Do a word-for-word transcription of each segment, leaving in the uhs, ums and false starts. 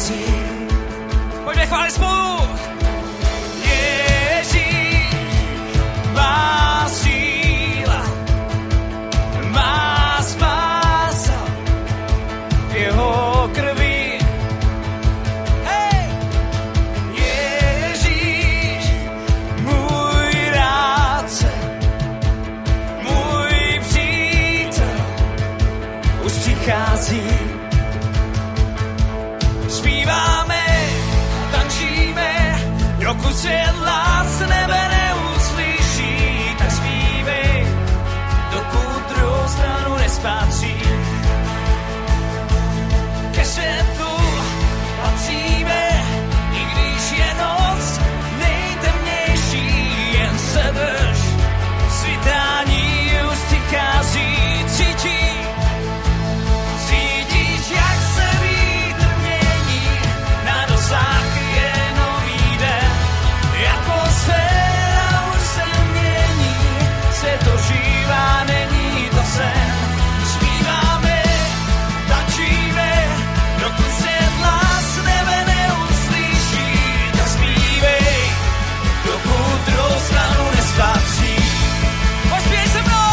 přichází. Pojďme chválit spolu. Ježíš má síla, má spása v jeho krvi. Hej! Ježíš, můj rádce, můj přítel, už přichází. Zpíváme, tančíme, dokud svět lás nebe neuslyší, tak zpívej, dokud druhou stranu nespatří. Ke světlu patříme, i když je noc nejtemnější, jen se drž, svítání už přichází. Cítíš, cítíš, jak se vítr mění, na dosah je nový den, atmosféra už se mění, se to žívá, není to sen. Zpíváme, tančíme, dokud svět hlas nebe neuslyší, tak zpívej, dokud druhou stranu nespatří. Pospěj se mnou!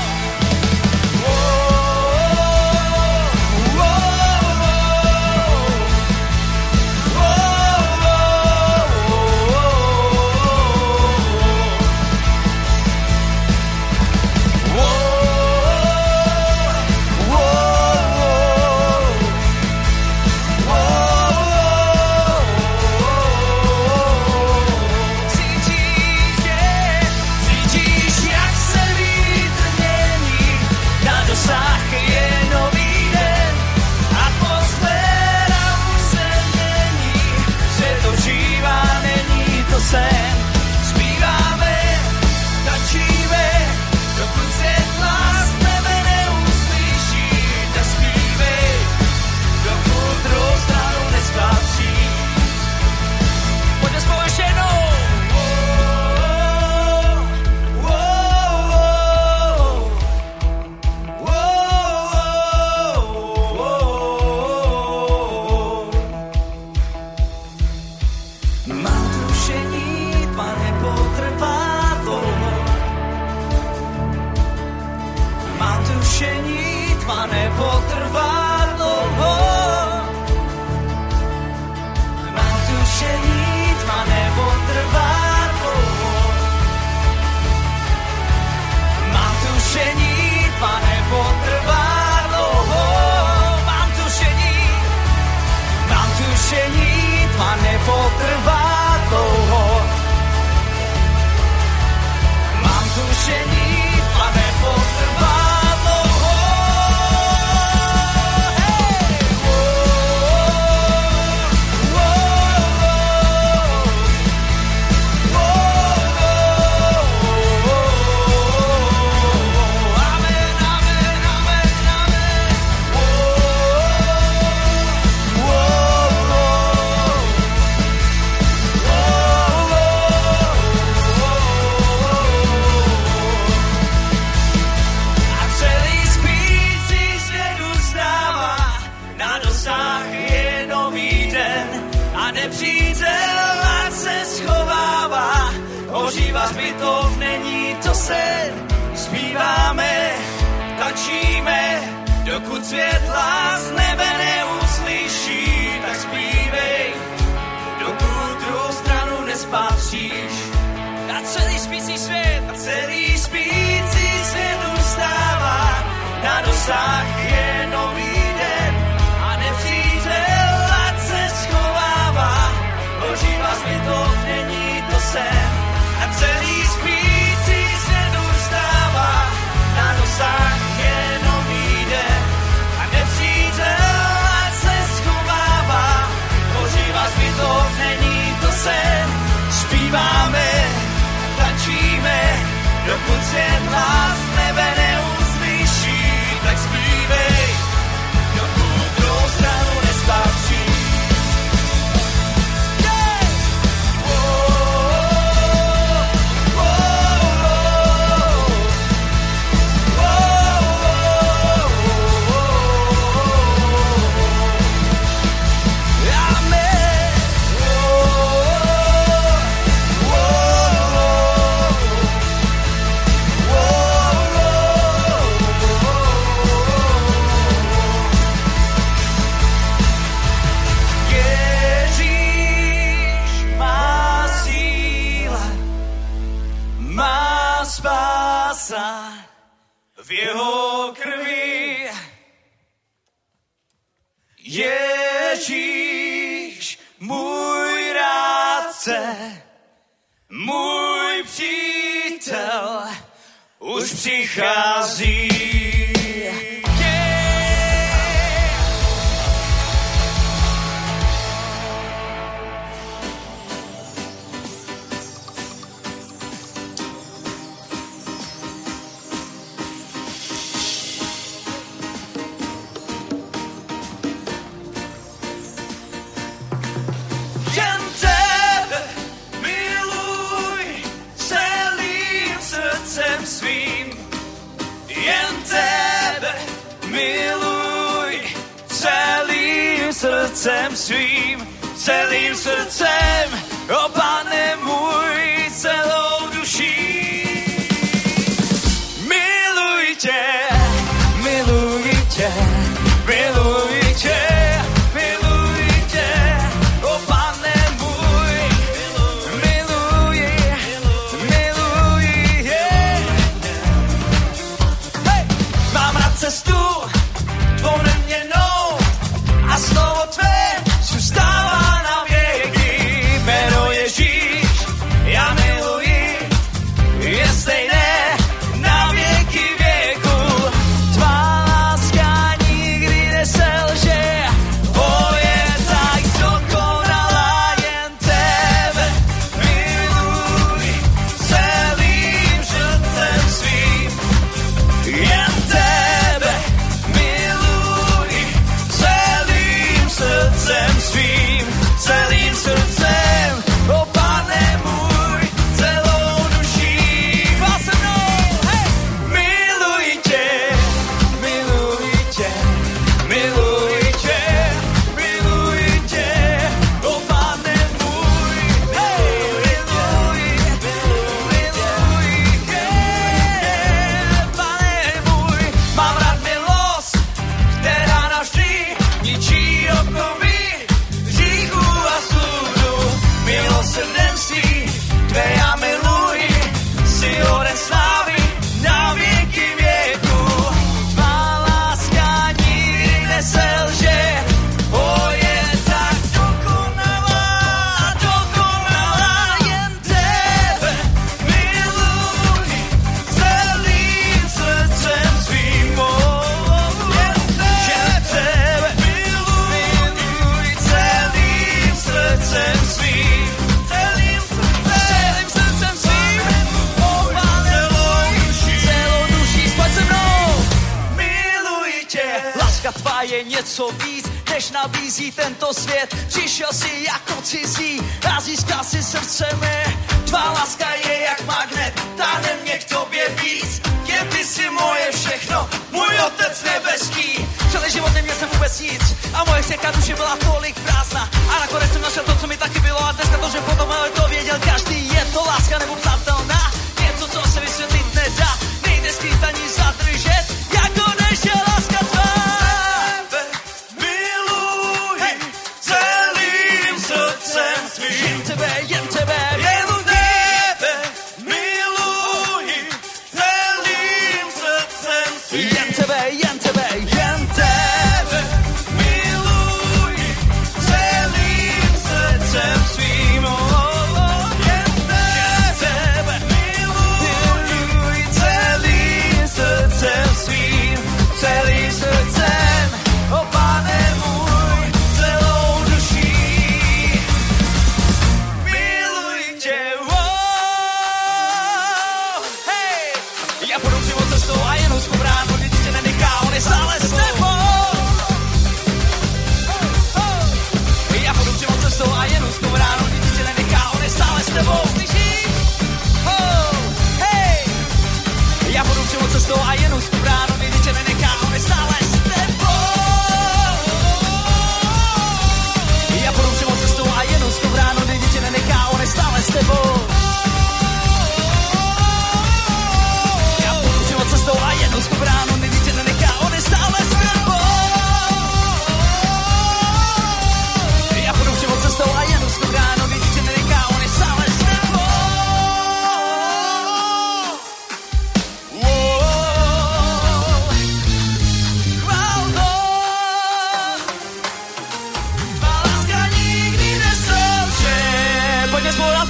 Cítíš, je, cítíš, jak se vítr mění, na dosah je nový den, atmosféra už se mění, svět to žívá, není to sen. Zpíváme, tančíme, dokud svět hlas nebe neuslyší, tak zpívej, dokud druhou stranu nespatří. Pojďme spolu ještě jednou. Mám tušení, tma nepotrvá dlouho. Mám tušení, tma nepotrvá dlouho. Mám tušení, tma nepotrvá dlouho. Mám tušení, tma nepotrvá dlouho. Mám tušení, mám tušení, tma nepotrvá dlouho. Mám tušení, tma nepotrvá dlouho. Hej! Wow, wow, wow, wow. Amen, amen, amen, amen. Wow, wow. A celý spící svět ustává, na dosah je nový den a nepřítel ať se schovává, ožívá zbytov, není to sen. Zpíváme, tančíme, dokud svět hlas nebe neuslyší, tak zpívej, dokud druhou stranu nespatříš. A celý spící svět, a celý spící svět ustává, na dosah je nový den a nepřítel ať se schovává, ožívá zbytov, není to sen. A celý spící svět ustává, na dosah je nový den a nepřítel ať se schovává, ožívá zbytov, není to sen. Zpíváme, tančíme, dokud svět hlas nebe neuslyší, tak zpívej, dokud druhou stranu nespatří. Yeah! I'm v jeho krvi. Ježíš, můj rádce, můj přítel, už přichází. Miluj celým srdcem svým, celým srdcem, o Pane můj, celou duší. Miluj tě, miluj tě, miluj tě, miluj tě, o Pane můj, miluj, miluj tě. Hej! Mám rád cestu tvou neměnnou a slovo tvé zůstává na věky. Jméno Ježíš, já miluji, je stejné na věky věku. Tvá láska nikdy neselže, o je tak dokonalá, jen tebe miluji celým srdcem svým, jen tebe srdcem svým, celým srdcem, o Pane můj, celou duší. Chvál se mnou, hej! Miluji tě, miluji tě, miluji tě, miluji tě, o Pane můj, hej! Miluji, miluji tě, Pane můj. Mám rád milost, která navždy ničí okovy hříchu a sudu. Milosrdenství tvé já miluji, si oden slávy na věky věku. Tvá láska nikdy neselže, o je tak dokonalá, dokonalá, jen tebe miluji celým srdcem svým, jen tebe miluji celým srdcem svým, celým srdcem, celým srdcem svým, o Pane můj, celou duší, spojď se mnou. Miluji tě, láska tvá je něco víc, než nabízí tento svět. Přišel si jako cizí a získal si srdce mé. Tvá láska je jak magnet, táhne mě k tobě víc. Je ty si moje všechno, můj Otec nebeský. Celý život neměl jsem vůbec nic a moje hřeka duše byla tolik prázdná. A nakonec jsem našel to, co mi taky bylo, a dneska to, že potom ale to věděl každý. Je to láska nebo přátelná, něco, co se vysvětlit nedá. Nejde skrýt ani zadržet, jako než je láska tvá. Miluji celým srdcem svým, jen tebe, jen tebe, jen tebe miluji celým srdcem svým, jen tebe, jen tebe, jen tebe miluji celým srdcem svým, oh, oh, oh.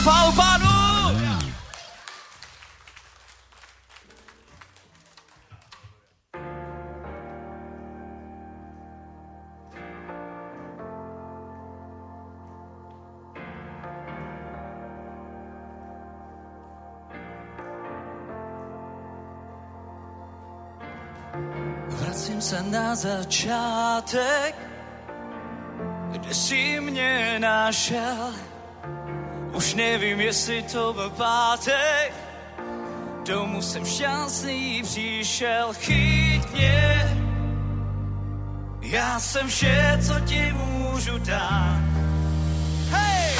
chválu Pánu! Vracím se na začátek, kde jsi mě našel. Už nevím, jestli to byl pátek, domů jsem šťastný přišel. Chyť mě, já jsem vše, co ti můžu dát. Hej!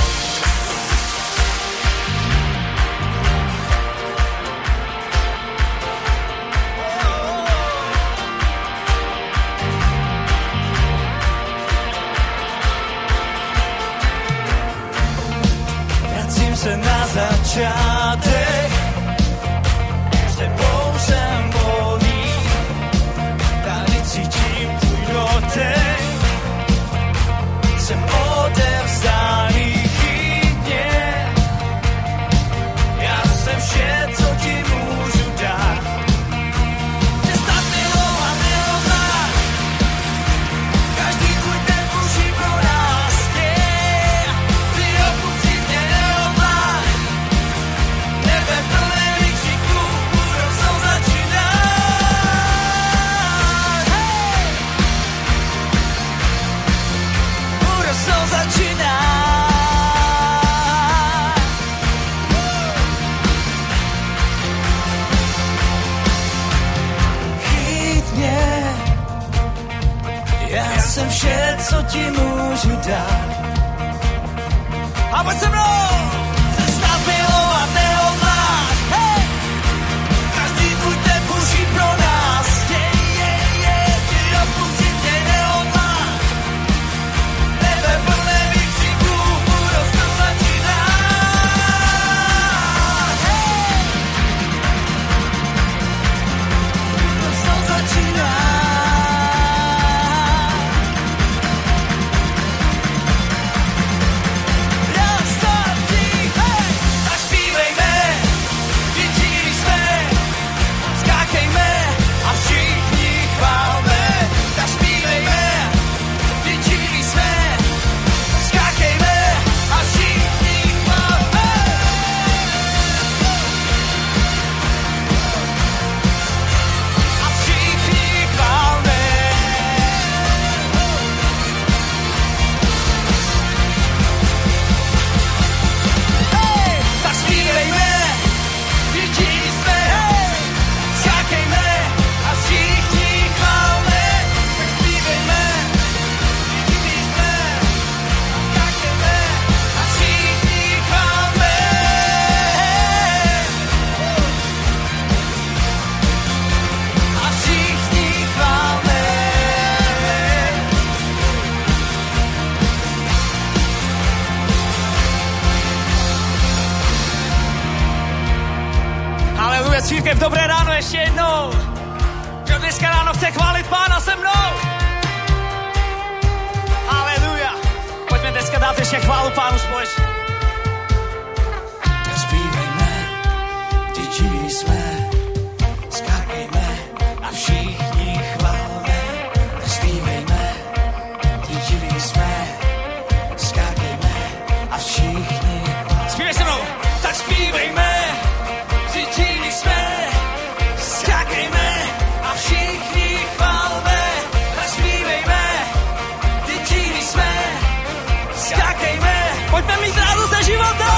Se na začátek, s tebou jsem volný, tady cítím tvůj dotek, jsem odevzdaný. Chytně, já jsem vše, co ti můžu dát. Přestat milovat, milovat, každý tvůj den buší pro nás. Yeah, ty opustit mě nehodláš, nebe plné výkřiků, budou znovu začínat. Hey! Budou znovu začínat. Chyť mě, já jsem vše, co ti můžu dát. A pojď se mnou! Přestat milovat, nehodláš, hej! Každý tvůj den buší pro nás. Yeah, yeah, yeah, ty opustit mě nehodláš, nebe plné výkřiků, budou znovu začínat. Hej! Budou znovu začínat. Raz, dva, tři, hej! Tak zpívejme, vydíří jsme, skákejme a všichni chválme. Tak zpívejme, vydíří jsme, skákejme a všichni chválme. A všichni chválme. Hej, tak zpívejme, vydíří jsme, hej, skákejme a všichni chválme. Tak zpívejme, vydíří jsme, skákejme a všichni chválme. A všichni chválme. Haleluja, církev, dobré ráno ještě jednou. Kdo dneska ráno chce chválit Pána se mnou? Haleluja. Pojďme dneska dát ještě chválu Pánu společně. Tak zpívejme, vždyť živí jsme, skákejme a všichni chválme. Tak zpívejme, vždyť živí jsme, skákejme a všichni chválme. Zpívej se mnou. Tak zpívejme, vždyť živí jsme, skákejme a všichni chválme. Tak zpívejme, vždyť živí jsme, skákejme. Pojďme mít radost ze života.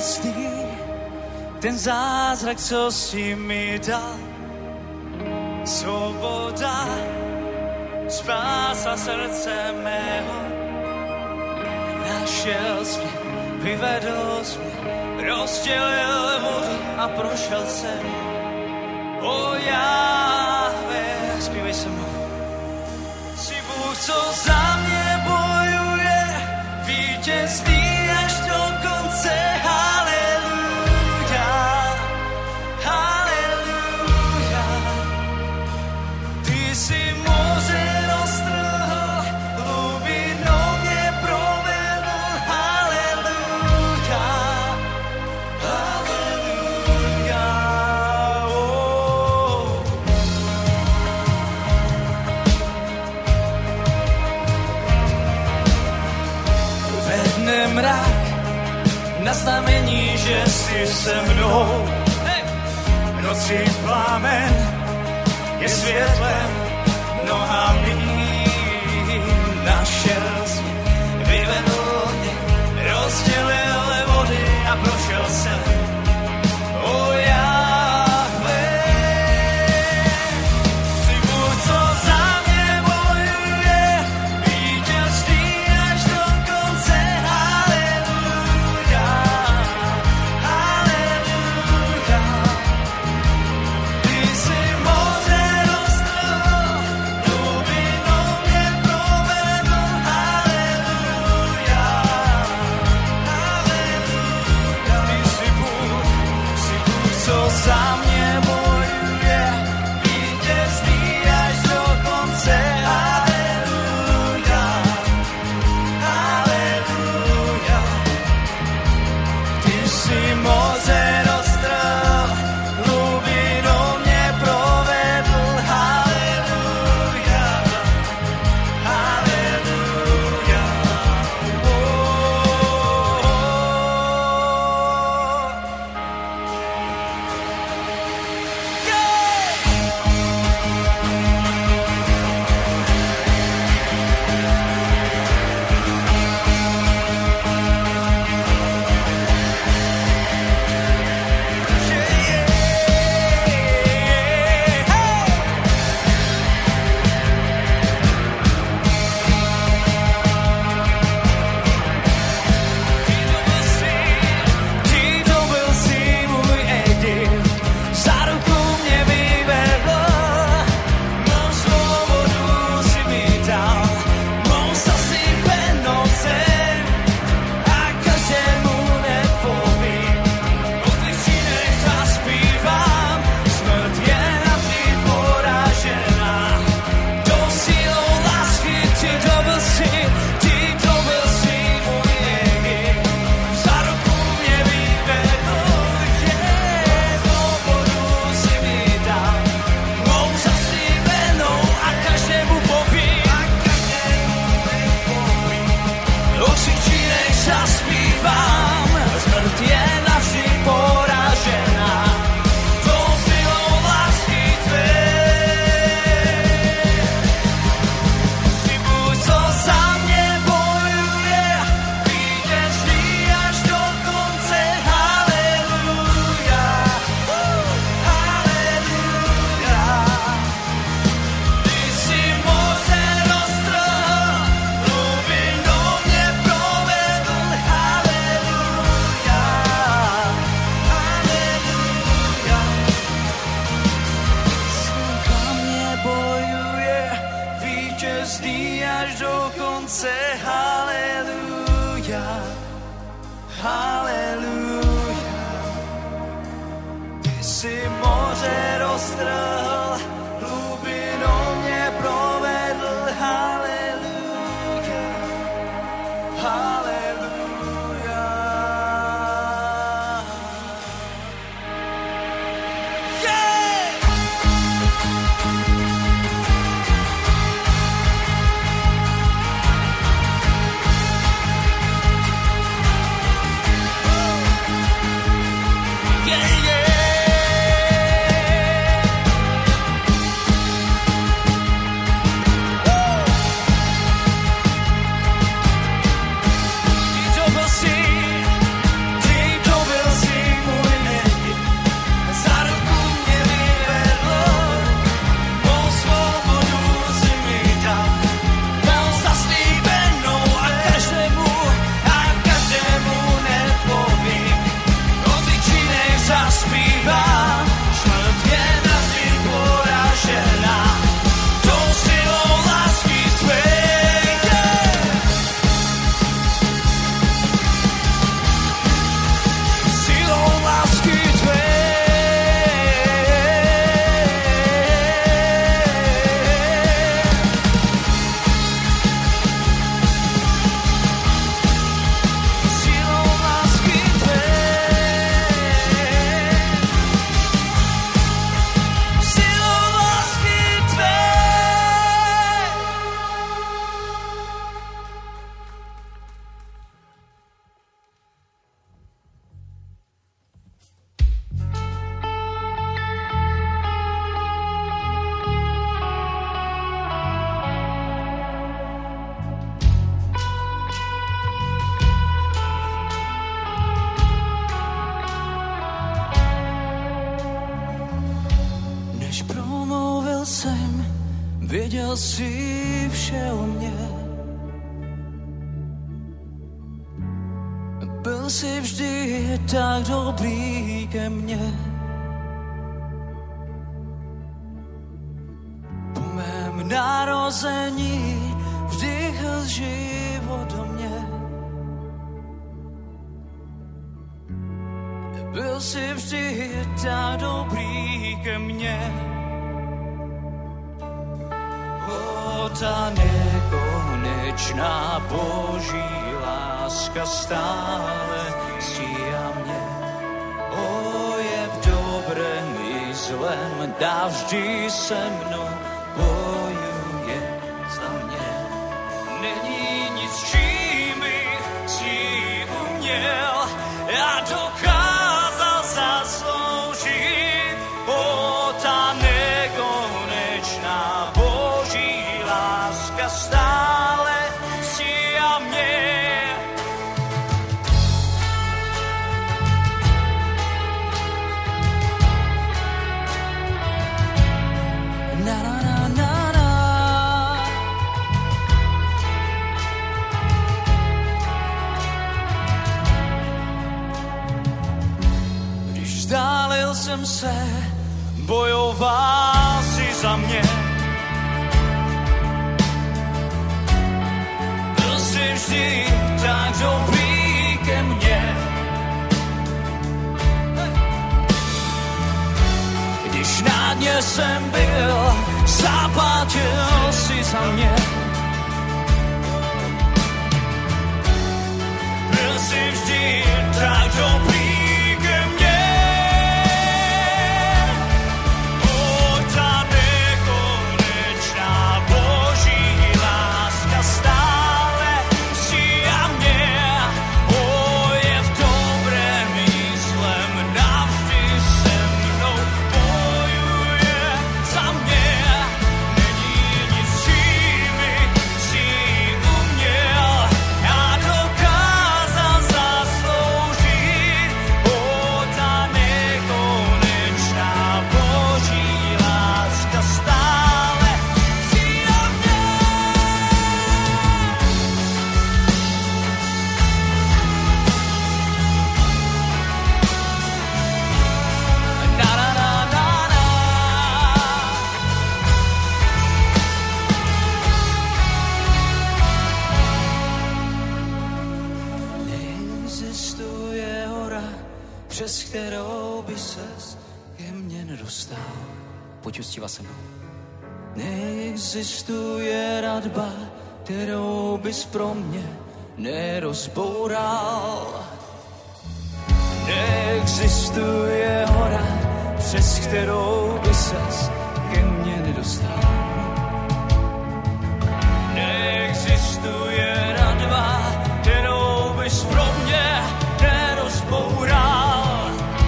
milostí, ten zázrak, co si mi dal. Svoboda, spása srdce mého. Našel jsi mě, vyvedl jsi mě, rozdělil vody a prošel jsem. O Jahve, zpívej se mnou. Jsi Bůh, co za mě bojuje, vítězný až do konce. Haleluja, haleluja. Ty jsi moře roztrhl, hlubinou mě provedl. Haleluja, haleluja. Oh. Ve dne mrak, na znamení, že jsi se mnou. Hey! Nocí plamen je světlem noha mým. Našel jsi, vyvedl mě, rozdělil vody a prošel jsem. O Jahve, jsi Bůh, co za mě bojuje, vítězný až do konce. Haleluja, haleluja. Ty jsi moře roztrhl, hlubinou mě provedl. Haleluja, haleluja. Ty jsi Bůh, jsi Bůh, co za mě bojuje, vítězný až do konce. Haleluja, haleluja. Ty jsi moře roztrhl, hlubinou mě provedl. Haleluja, haleluja. Oh, oh, oh. Ty to byl si můj Egypt, za ruku mě vyvedl, mou svobodu si mi dal, mou zasypenou zem a každému nepovím, o tvých činech zaspívám, smrt je navždy poražená, tou silou lásky ty to byl si, ty to byl si můj Egypt, za ruku mě vyvedl, je, svobodu si mi dal, mou zaslíbenou a každému povím, a každému nepovím, o svých činech zaspívám, smrt je navždy poražená, tou silou lásky tvé. Jsi Bůh, co za mě bojuje, vítězný až do konce. Haleluja, haleluja. Ty jsi moře roztrhl, hlubinou mě provedl. Haleluja, haleluja. Za mě bojuje, vítězný až do konce. Haleluja, haleluja. Ty jsi moře roztrhl, hlubinou mě provedl. Haleluja, haleluja. Yeah! Yeah, yeah. Ty to byl si, ty to byl Věděl jsi vše o mě. Byl jsi vždy tak dobrý ke mně. Po mém narození vdychl život do mě. Byl jsi vždy tak dobrý ke mně. O, ta nekonečná Boží láska stále stíhá mě. O, je v dobrém i zlém, navždy se mnou bojuje za mě. Není nic, čím bych si uměl a dokázal zasloužit. O, ta nekonečná Boží láska stále stíhá mě. Na, na, na, na, na. Když vzdálil jsem se, bojoval si za mě. Byl jsi vždy tak dobrý ke mně. Když na dně jsem byl, zaplatil si za mě. Byl jsi vždy tak dobrý ke mně. O, ta nekonečná Boží láska stále stíhá mě. O, je v dobrém i zlém, navždy se mnou bojuje za mě. Není nic, čím bych si uměl a dokázal zasloužit. O, ta nekonečná Boží láska stále stíhá mě. Na, na, na, na, na. Neexistuje hora, přes kterou by ses ke mně nedostal. Pojď ustívat se mnou. Neexistuje radba, kterou bys pro mě nerozboural. Neexistuje hora, přes kterou by ses ke mně nedostal. Neexistuje radba, kterou bys pro mě nerozboural.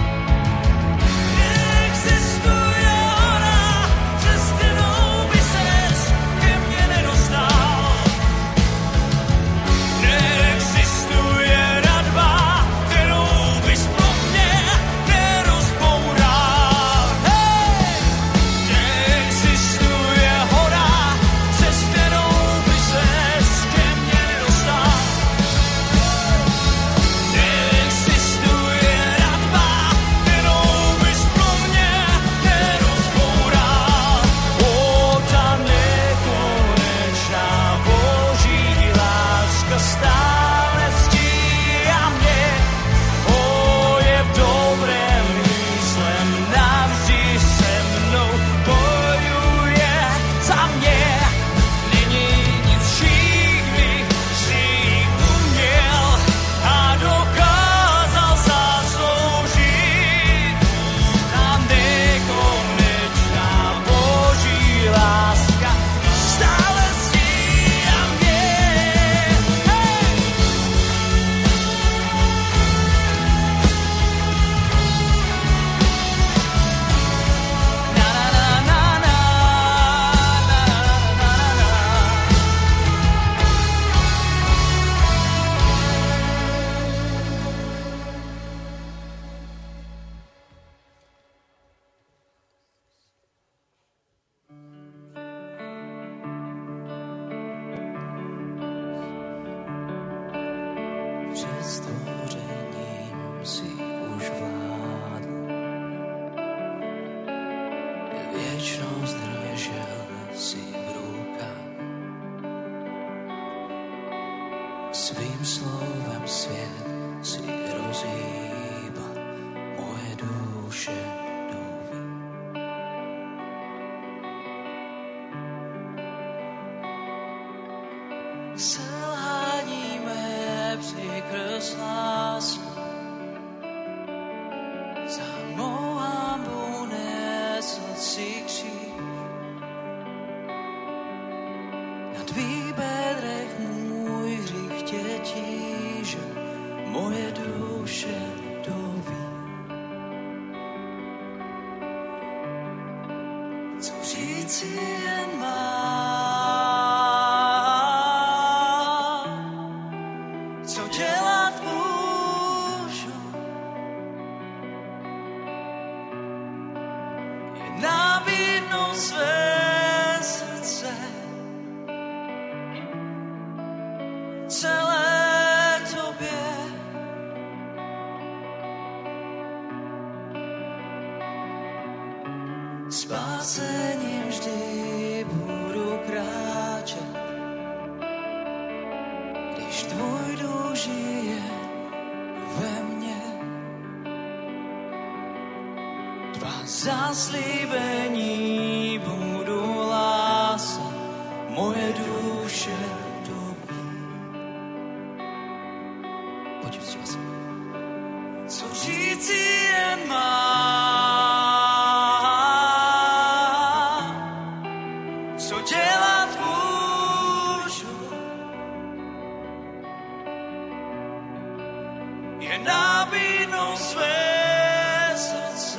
Neexistuje hora, přes kterou by ses ke mně nedostal. Neexistuje radba, kterou bys pro mě nerozboural. Hey! Neexistuje rozdržel si v rukách. Svým slovem svět si rozhýbal, moje duše doví. Selhání mé přikreslá jsem, za mou hanbu nesl si kříž. Na tvých bedrech můj hřích tě tíže, moje duše to ví. Co říci jen mám, co dělat můžu, je nabídnout své srdce, celé tobě. Spásením vždy budu kráčet, když tvůj duch žije ve mně. Tvá zaslíbení budu hlásat, moje duše to ví. Pojď vstříc vás. Co říci jen mám, co dělat můžu, je nabídnout své srdce,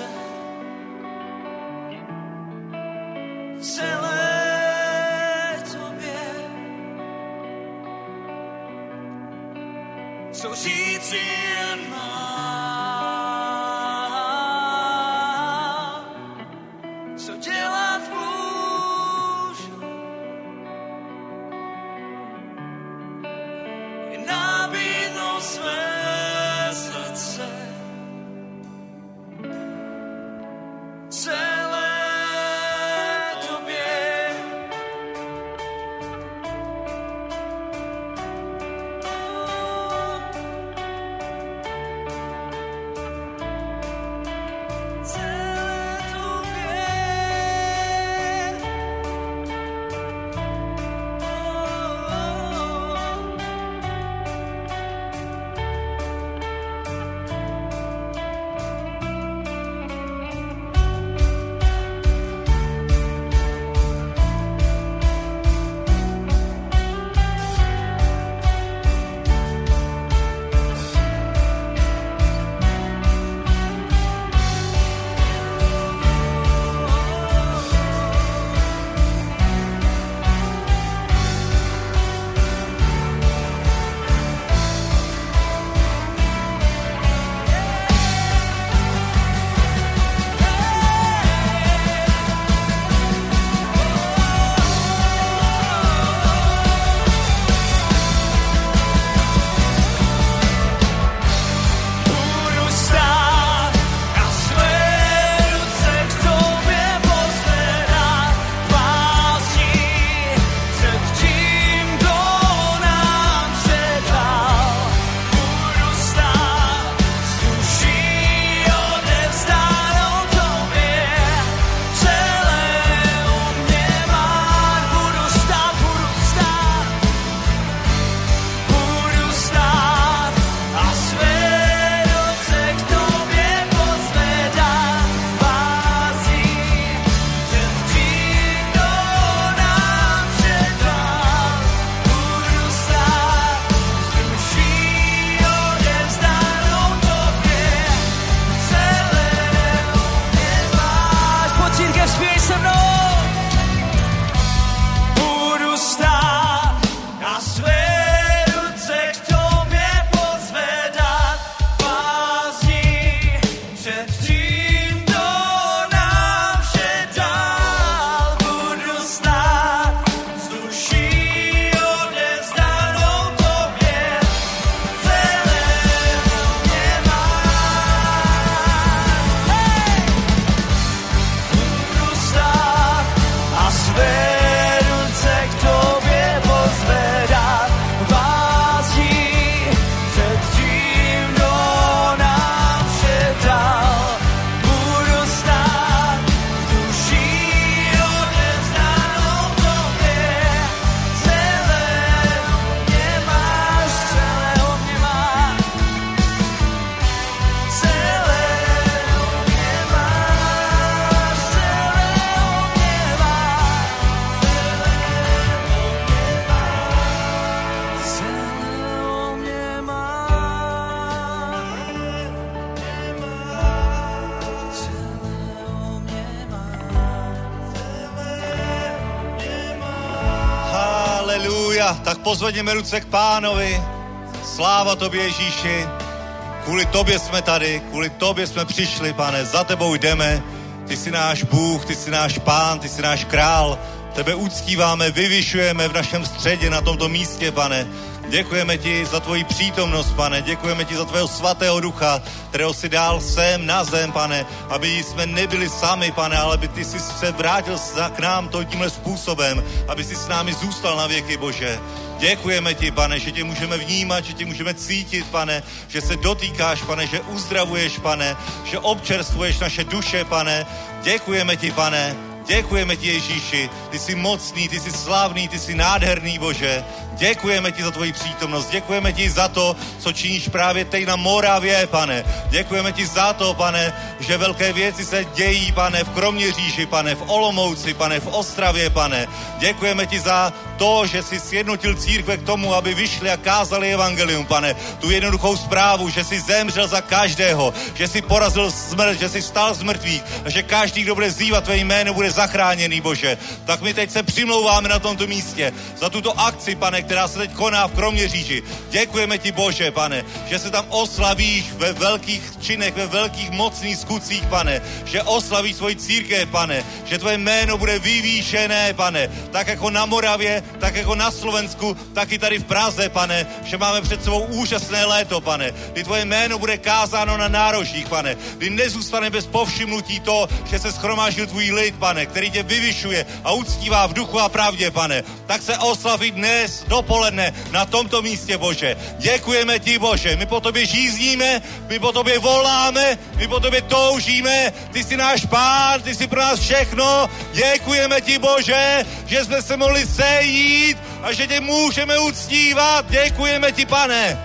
celé tobě. Co říci jen mám, co dělat můžu, je nabídnout své srdce, celé tobě. Haleluja. Tak pozvedněme ruce k Pánovi. Sláva tobě, Ježíši. Kvůli tobě jsme tady, kvůli tobě jsme přišli, Pane. Za tebou jdeme. Ty jsi náš Bůh, ty jsi náš Pán, ty jsi náš král. Tebe uctíváme, vyvyšujeme v našem středě na tomto místě, Pane. Děkujeme ti za tvoji přítomnost, Pane. Děkujeme ti za tvého svatého ducha, kterého si dal sem na zem, Pane, aby jsme nebyli sami, Pane, ale aby ty jsi se vrátil k nám tímhle způsobem, aby jsi s námi zůstal na věky, Bože. Děkujeme ti, Pane, že tě můžeme vnímat, že tě můžeme cítit, Pane, že se dotýkáš, Pane, že uzdravuješ, Pane, že občerstvuješ naše duše, Pane. Děkujeme ti, Pane. Děkujeme ti, Ježíši, ty jsi mocný, ty jsi slavný, ty jsi nádherný, Bože. Děkujeme ti za tvoji přítomnost, děkujeme ti za to, co činíš právě teď na Moravě, Pane. Děkujeme ti za to, Pane, že velké věci se dějí, Pane, v Kroměříži, Pane, v Olomouci, Pane, v Ostravě, Pane. Děkujeme ti za to, že jsi sjednotil církve k tomu, aby vyšli a kázali evangelium, Pane. Tu jednoduchou zprávu, že jsi zemřel za každého, že jsi porazil smrt, že jsi vstal z mrtvých a že každý, kdo bude vzývat tvé jméno, bude zachráněný, Bože. Tak my teď se přimlouváme na tomto místě za tuto akci, Pane, která se teď koná v Kroměříži. Děkujeme ti, Bože, Pane, že se tam oslavíš ve velkých činech, ve velkých mocných skutcích, Pane, že oslavíš svoji církev, Pane, že tvoje jméno bude vyvýšené, Pane, tak jako na Moravě, tak jako na Slovensku, tak i tady v Praze, Pane, že máme před sebou úžasné léto, Pane, kdy tvoje jméno bude kázáno na nárožích, Pane, kdy nezůstane bez povšimnutí to, že se schromáždil tvůj lid, Pane, který tě vyvyšuje a uctívá v duchu a pravdě, Pane. Tak se oslaví dnes dopoledne na tomto místě, Bože. Děkujeme ti, Bože. My po tobě žízníme, my po tobě voláme, my po tobě toužíme. Ty jsi náš Pán, ty jsi pro nás všechno. Děkujeme ti, Bože, že jsme se mohli sejít a že tě můžeme uctívat. Děkujeme ti, Pane.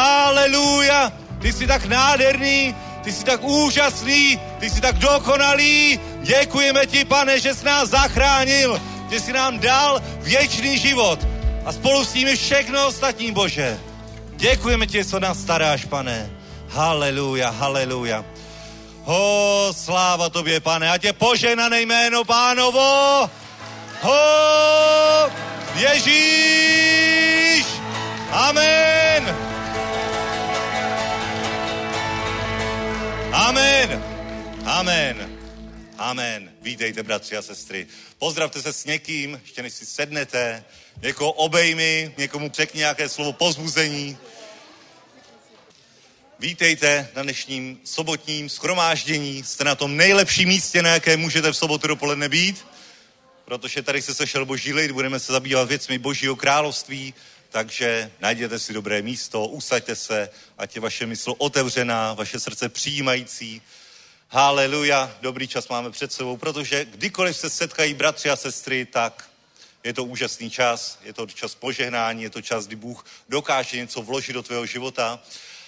Haleluja. Ty jsi tak nádherný, ty jsi tak úžasný, ty jsi tak dokonalý. Děkujeme ti, Pane, že jsi nás zachránil, že jsi nám dal věčný život a spolu s tím všechno ostatní, Bože. Děkujeme ti, co nás staráš, Pane. Haleluja, haleluja. Ho, sláva tobě, Pane, ať je požehnané jméno Pánovo. Ho, Ježíš. Amen. Amen. Amen. Amen. Vítejte, bratři a sestry. Pozdravte se s někým, ještě než si sednete. Někoho obejmi, někomu řekni nějaké slovo povzbuzení. Vítejte na dnešním sobotním shromáždění. Jste na tom nejlepším místě, na jaké můžete v sobotu dopoledne být, protože tady se sešel Boží lid, budeme se zabývat věcmi Božího království, takže najděte si dobré místo, usaďte se, ať je vaše mysl otevřená, vaše srdce přijímající. Haleluja, dobrý čas máme před sebou, protože kdykoliv se setkají bratři a sestry, tak je to úžasný čas, je to čas požehnání, je to čas, kdy Bůh dokáže něco vložit do tvého života.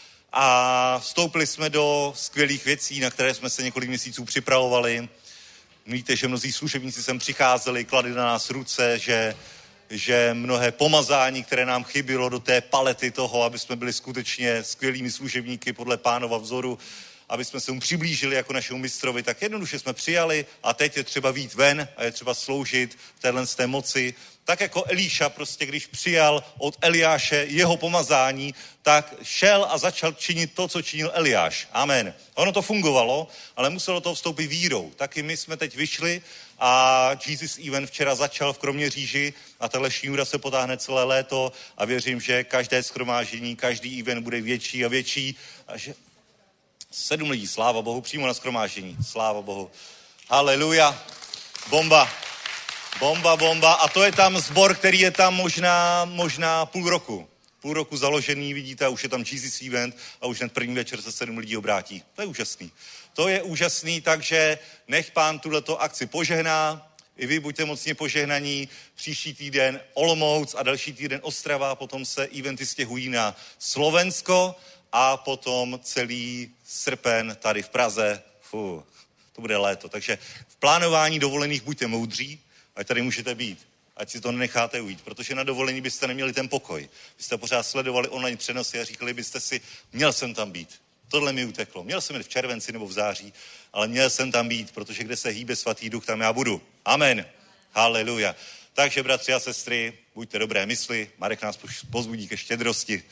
A vstoupili jsme do skvělých věcí, na které jsme se několik měsíců připravovali. Víte, že mnozí služebníci sem přicházeli, kladli na nás ruce, že, že mnohé pomazání, které nám chybilo do té palety toho, aby jsme byli skutečně skvělými služebníky podle Pánova vzoru, aby jsme se mu přiblížili jako našemu mistrovi, tak jednoduše jsme přijali a teď je třeba vyjít ven a je třeba sloužit v téhle z té moci. Tak jako Elíša prostě, když přijal od Eliáše jeho pomazání, tak šel a začal činit to, co činil Eliáš. Amen. Ono to fungovalo, ale muselo to vstoupit vírou. Taky my jsme teď vyšli a Jesus Event včera začal v Kroměříži a tahle šňůra se potáhne celé léto a věřím, že každé shromáždění, každý event bude větší a větší a že sedm lidí, sláva Bohu, přímo na shromáždění. Sláva Bohu. Haleluja. Bomba. Bomba, bomba. A to je tam sbor, který je tam možná, možná půl roku. Půl roku založený, vidíte, a už je tam Jesus Event a už ten první večer se sedm lidí obrátí. To je úžasný. To je úžasný, takže nech Pán tuhleto akci požehná. I vy buďte mocně požehnaní. Příští týden Olomouc a další týden Ostrava, potom se eventy stěhují na Slovensko a potom celý srpen tady v Praze. Fuh, to bude léto. Takže v plánování dovolených buďte moudří, ať tady můžete být. Ať si to nenecháte ujít, protože na dovolení byste neměli ten pokoj. Byste pořád sledovali online přenosy a říkali byste si, měl jsem tam být. Tohle mi uteklo. Měl jsem jít v červenci nebo v září, ale měl jsem tam být, protože kde se hýbe svatý duch, tam já budu. Amen. Haleluja. Takže, bratři a sestry, buďte dobré mysli, Marek nás pozbudí ke štědrosti.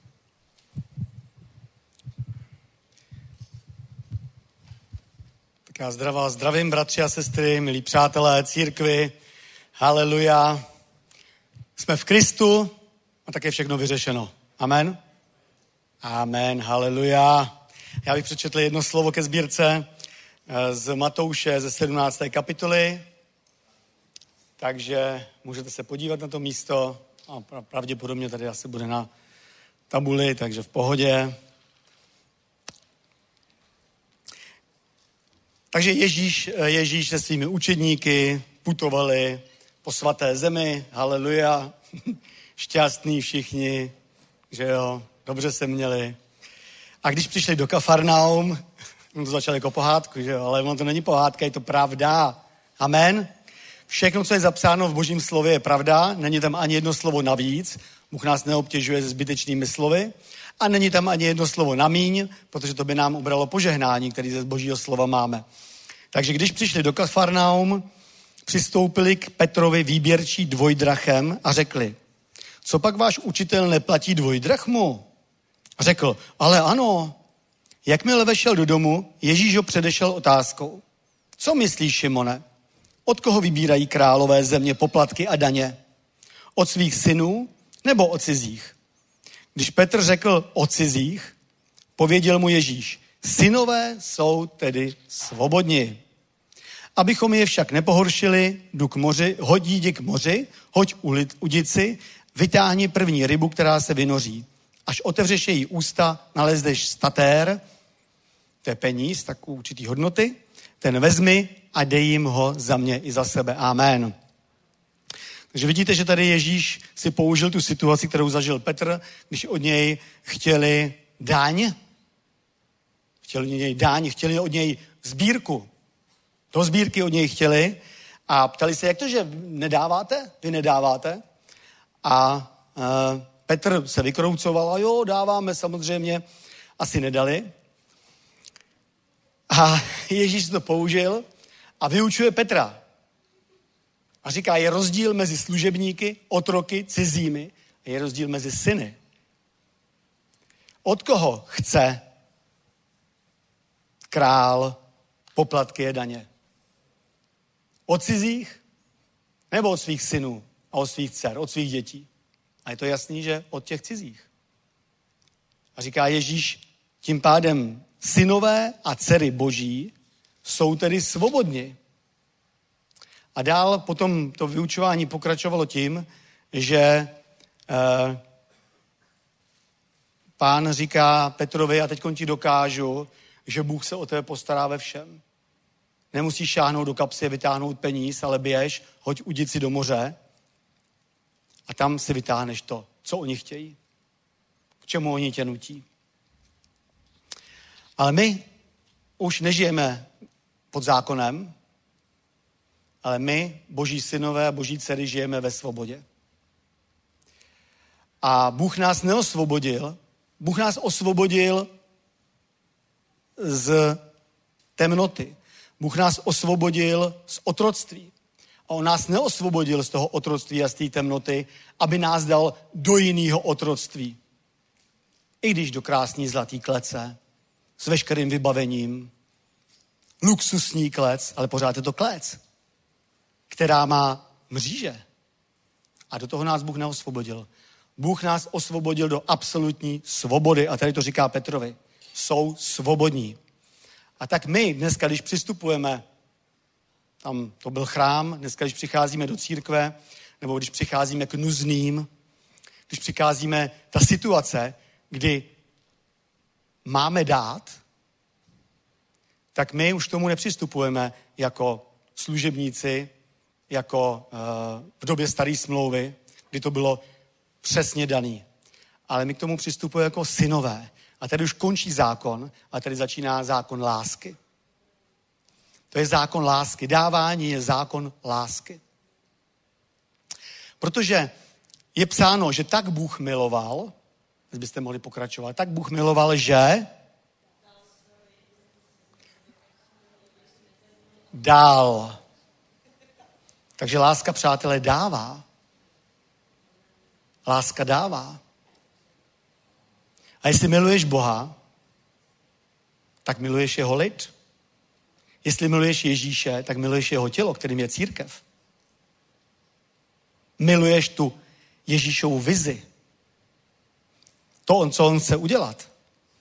Tak já zdravá, zdravím, bratři a sestry, milí přátelé církvi, haleluja. Jsme v Kristu a tak je všechno vyřešeno. Amen? Amen, haleluja. Já bych přečetl jedno slovo ke sbírce z Matouše ze sedmnácté kapitoly. Takže můžete se podívat na to místo. A pravděpodobně tady asi bude na tabuli, takže v pohodě. Takže Ježíš, Ježíš se svými učedníky putovali po svaté zemi. Haleluja. Šťastní všichni, že jo, dobře se měli. A když přišli do Kafarnaum, on to začal jako pohádku, že jo, ale ono to není pohádka, je to pravda. Amen. Všechno, co je zapsáno v Božím slově, je pravda. Není tam ani jedno slovo navíc. Bůh nás neobtěžuje se zbytečnými slovy. A není tam ani jedno slovo namíň, protože to by nám ubralo požehnání, který ze Božího slova máme. Takže když přišli do Kafarnaum, přistoupili k Petrovi výběrčí dvojdrachem a řekli, co pak váš učitel neplatí dvojdrachmu? A řekl, ale ano. Jakmile vešel do domu, Ježíš ho předešel otázkou. Co myslíš, Šimone? Od koho vybírají králové země poplatky a daně? Od svých synů nebo od cizích? Když Petr řekl o cizích, pověděl mu Ježíš, synové jsou tedy svobodní. Abychom je však nepohoršili, jdu k moři, hodí jdi k moři, hoď udici, vytáhni první rybu, která se vynoří. Až otevřeš její ústa, nalezneš statér, to je peníz, takovou určitý hodnoty, ten vezmi a dej jim ho za mě i za sebe. Amen. Takže vidíte, že tady Ježíš si použil tu situaci, kterou zažil Petr, když od něj chtěli daň, chtěli od něj daň, chtěli od něj sbírku. Do sbírky od něj chtěli a ptali se, jak to, že nedáváte? Vy nedáváte? A uh, Petr se vykroucoval a jo, dáváme samozřejmě, asi nedali. A Ježíš to použil a vyučuje Petra. A říká, je rozdíl mezi služebníky, otroky, cizími a je rozdíl mezi syny. Od koho chce král poplatky a daně? Od cizích nebo od svých synů a od svých dcer, od svých dětí? A je to jasný, že od těch cizích. A říká Ježíš, tím pádem synové a dcery boží jsou tedy svobodní. A dál potom to vyučování pokračovalo tím, že eh, Pán říká Petrovi, a teď ti dokážu, že Bůh se o tebe postará ve všem. Nemusíš šáhnout do kapsy a vytáhnout peníz, ale běž, hoď udici do moře a tam si vytáhneš to, co oni chtějí. K čemu oni tě nutí. Ale my už nežijeme pod zákonem, ale my, boží synové a boží dcery, žijeme ve svobodě. A Bůh nás neosvobodil, Bůh nás osvobodil z temnoty. Bůh nás osvobodil z otroctví. A on nás neosvobodil z toho otroctví a z té temnoty, aby nás dal do jiného otroctví. I když do krásný zlatý klece, s veškerým vybavením, luxusní klec, ale pořád je to klec, která má mříže. A do toho nás Bůh neosvobodil. Bůh nás osvobodil do absolutní svobody. A tady to říká Petrovi. Jsou svobodní. A tak my dneska, když přistupujeme, tam to byl chrám, dneska, když přicházíme do církve, nebo když přicházíme k nuzným, když přicházíme, ta situace, kdy máme dát, tak my už k tomu nepřistupujeme jako služebníci, jako uh, v době staré smlouvy, kdy to bylo přesně daný. Ale my k tomu přistupujeme jako synové. A tady už končí zákon a tady začíná zákon lásky. To je zákon lásky. Dávání je zákon lásky. Protože je psáno, že tak Bůh miloval, byste mohli pokračovat, tak Bůh miloval, že dal. Takže láska, přátelé, dává. Láska dává. A jestli miluješ Boha, tak miluješ jeho lid. Jestli miluješ Ježíše, tak miluješ jeho tělo, kterým je církev. Miluješ tu Ježíšovu vizi. To, co on chce udělat.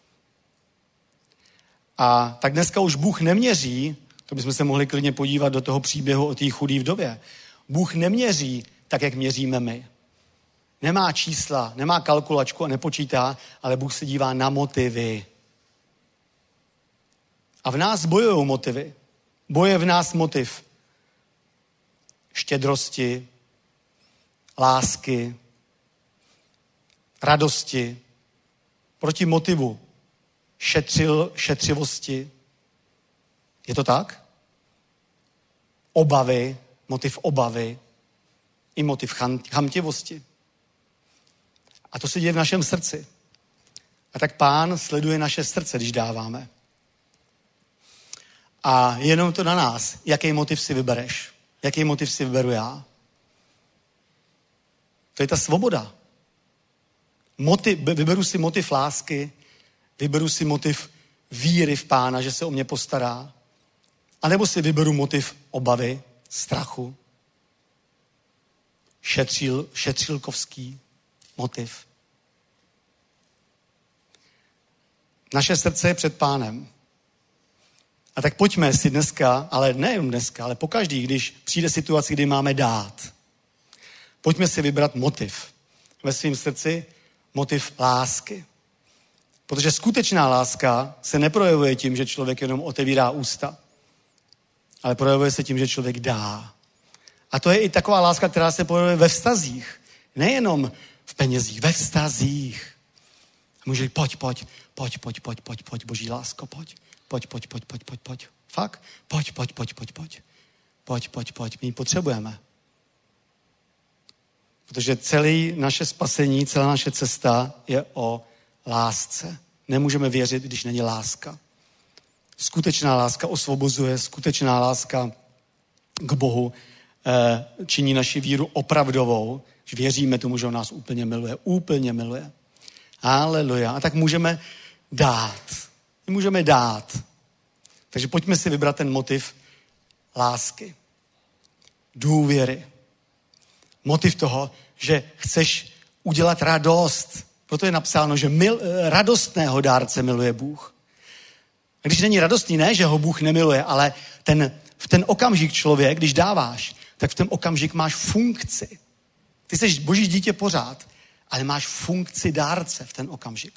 A tak dneska už Bůh neměří, to bychom se mohli klidně podívat do toho příběhu o té chudé vdově. Bůh neměří tak, jak měříme my. Nemá čísla, nemá kalkulačku a nepočítá, ale Bůh se dívá na motivy. A v nás bojují motivy. Boje v nás motiv štědrosti, lásky, radosti, proti motivu šetřil, šetřivosti. Je to tak? Obavy, motiv obavy i motiv chamtivosti. A to se děje v našem srdci. A tak Pán sleduje naše srdce, když dáváme. A jenom to na nás, jaký motiv si vybereš. Jaký motiv si vyberu já. To je ta svoboda. Motiv, vyberu si motiv lásky, vyberu si motiv víry v Pána, že se o mě postará. A nebo si vyberu motiv obavy, strachu, šetřil, šetřilkovský motiv. Naše srdce je před Pánem. A tak pojďme si dneska, ale nejen dneska, ale pokaždý, když přijde situace, kdy máme dát, pojďme si vybrat motiv ve svém srdci, motiv lásky. Protože skutečná láska se neprojevuje tím, že člověk jenom otevírá ústa, ale projevuje se tím, že člověk dá. A to je i taková láska, která se projevuje ve vztazích. Nejenom v penězích, ve vztazích. Může říct, pojď, pojď, pojď, pojď, pojď, pojď, pojď, boží lásko, pojď. Pojď, pojď, pojď, pojď, pojď, pojď. Fakt? Pojď, pojď, pojď, pojď, pojď. Pojď, pojď, pojď. My ji potřebujeme. Protože celé naše spasení, celá naše cesta je o lásce. Nemůžeme věřit, když není láska. Skutečná láska osvobozuje, skutečná láska k Bohu eh, činí naši víru opravdovou, že věříme tomu, že on nás úplně miluje. Úplně miluje. Haleluja. A tak můžeme dát. Můžeme dát. Takže pojďme si vybrat ten motiv lásky. Důvěry. Motiv toho, že chceš udělat radost. Proto je napsáno, že mil, radostného dárce miluje Bůh. A když není radostný, ne, že ho Bůh nemiluje, ale ten, v ten okamžik člověk, když dáváš, tak v ten okamžik máš funkci. Ty jsi boží dítě pořád, ale máš funkci dárce v ten okamžik.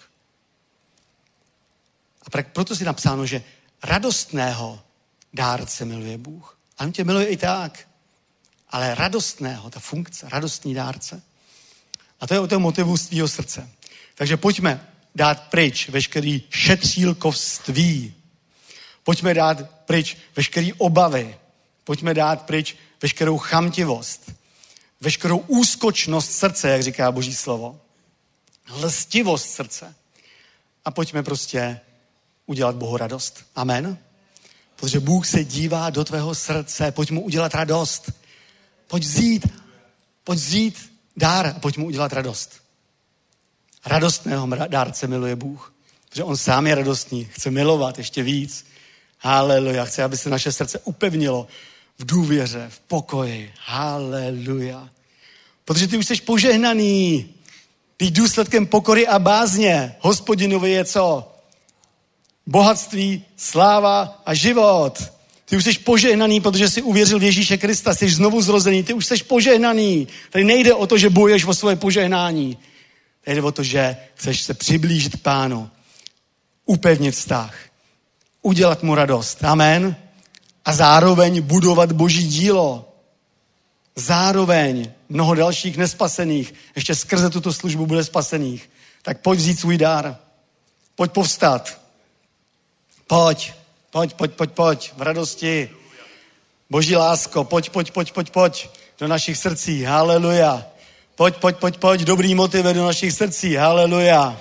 A proto si napsáno, že radostného dárce miluje Bůh. A on tě miluje i tak. Ale radostného, ta funkce, radostný dárce. A to je o tom motivu z tvýho srdce. Takže pojďme dát pryč veškerý šetřílkovství. Pojďme dát pryč veškerý obavy. Pojďme dát pryč veškerou chamtivost. Veškerou úskočnost srdce, jak říká Boží slovo. Lstivost srdce. A pojďme prostě udělat Bohu radost. Amen. Protože Bůh se dívá do tvého srdce. Pojď mu udělat radost. Pojď vzít, pojď vzít dár a pojď mu udělat radost. Radostného dárce miluje Bůh. Protože on sám je radostný. Chce milovat ještě víc. Haleluja. Chce, aby se naše srdce upevnilo v důvěře, v pokoji. Haleluja. Protože ty už jsi požehnaný. Ty důsledkem pokory a bázně Hospodinovi je co? Bohatství, sláva a život. Ty už jsi požehnaný, protože jsi uvěřil v Ježíše Krista, jsi znovu zrozený, ty už jsi požehnaný. Tady nejde o to, že bojuješ o svoje požehnání. Tady jde o to, že chceš se přiblížit k Pánu, upevnit vztah, udělat mu radost. Amen. A zároveň budovat Boží dílo. Zároveň mnoho dalších nespasených, ještě skrze tuto službu bude spasených. Tak pojď vzít svůj dar. Pojď povstat. Pojď, pojď, pojď, pojď, pojď, v radosti. Boží lásko, pojď, pojď, pojď, pojď, pojď do našich srdcí, haleluja. Pojď, pojď, pojď, pojď, dobrý motivy do našich srdcí, haleluja.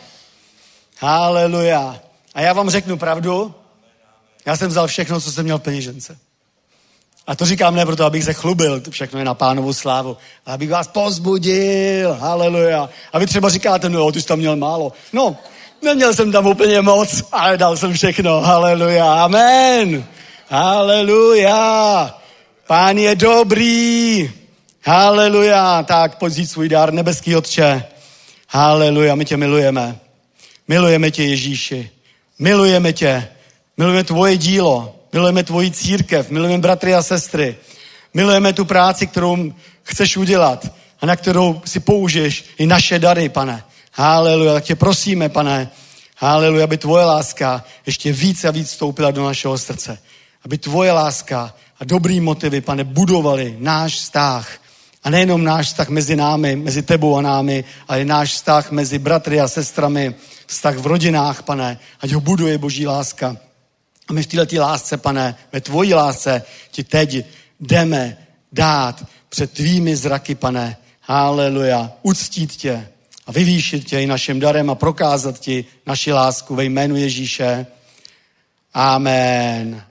Haleluja. A já vám řeknu pravdu, já jsem vzal všechno, co jsem měl v peněžence. A to říkám ne proto, abych se chlubil, to všechno je na Pánovu slávu, ale abych vás povzbudil, haleluja. A vy třeba říkáte, no, ty jsi tam měl málo. No, neměl jsem tam úplně moc, ale dal jsem všechno, haleluja, amen. Haleluja. Pán je dobrý. Haleluja. Tak, pojď vzít svůj dár, nebeský Otče. Haleluja, my tě milujeme. Milujeme tě, Ježíši. Milujeme tě. Milujeme tvoje dílo. Milujeme tvoji církev. Milujeme bratry a sestry. Milujeme tu práci, kterou chceš udělat a na kterou si použiješ i naše dary, pane. Haleluja. Tak tě prosíme, pane. Haleluja, aby tvoje láska ještě víc a víc vstoupila do našeho srdce. Aby tvoje láska a dobrý motivy, pane, budovali náš vztah. A nejenom náš vztah mezi námi, mezi tebou a námi, ale náš vztah mezi bratry a sestrami, vztah v rodinách, pane, ať ho buduje Boží láska. A my v této lásce, pane, ve tvojí lásce ti teď jdeme dát před tvými zraky, pane, haleluja, uctít tě a vyvýšit tě i naším darem a prokázat ti naši lásku ve jménu Ježíše. Amen.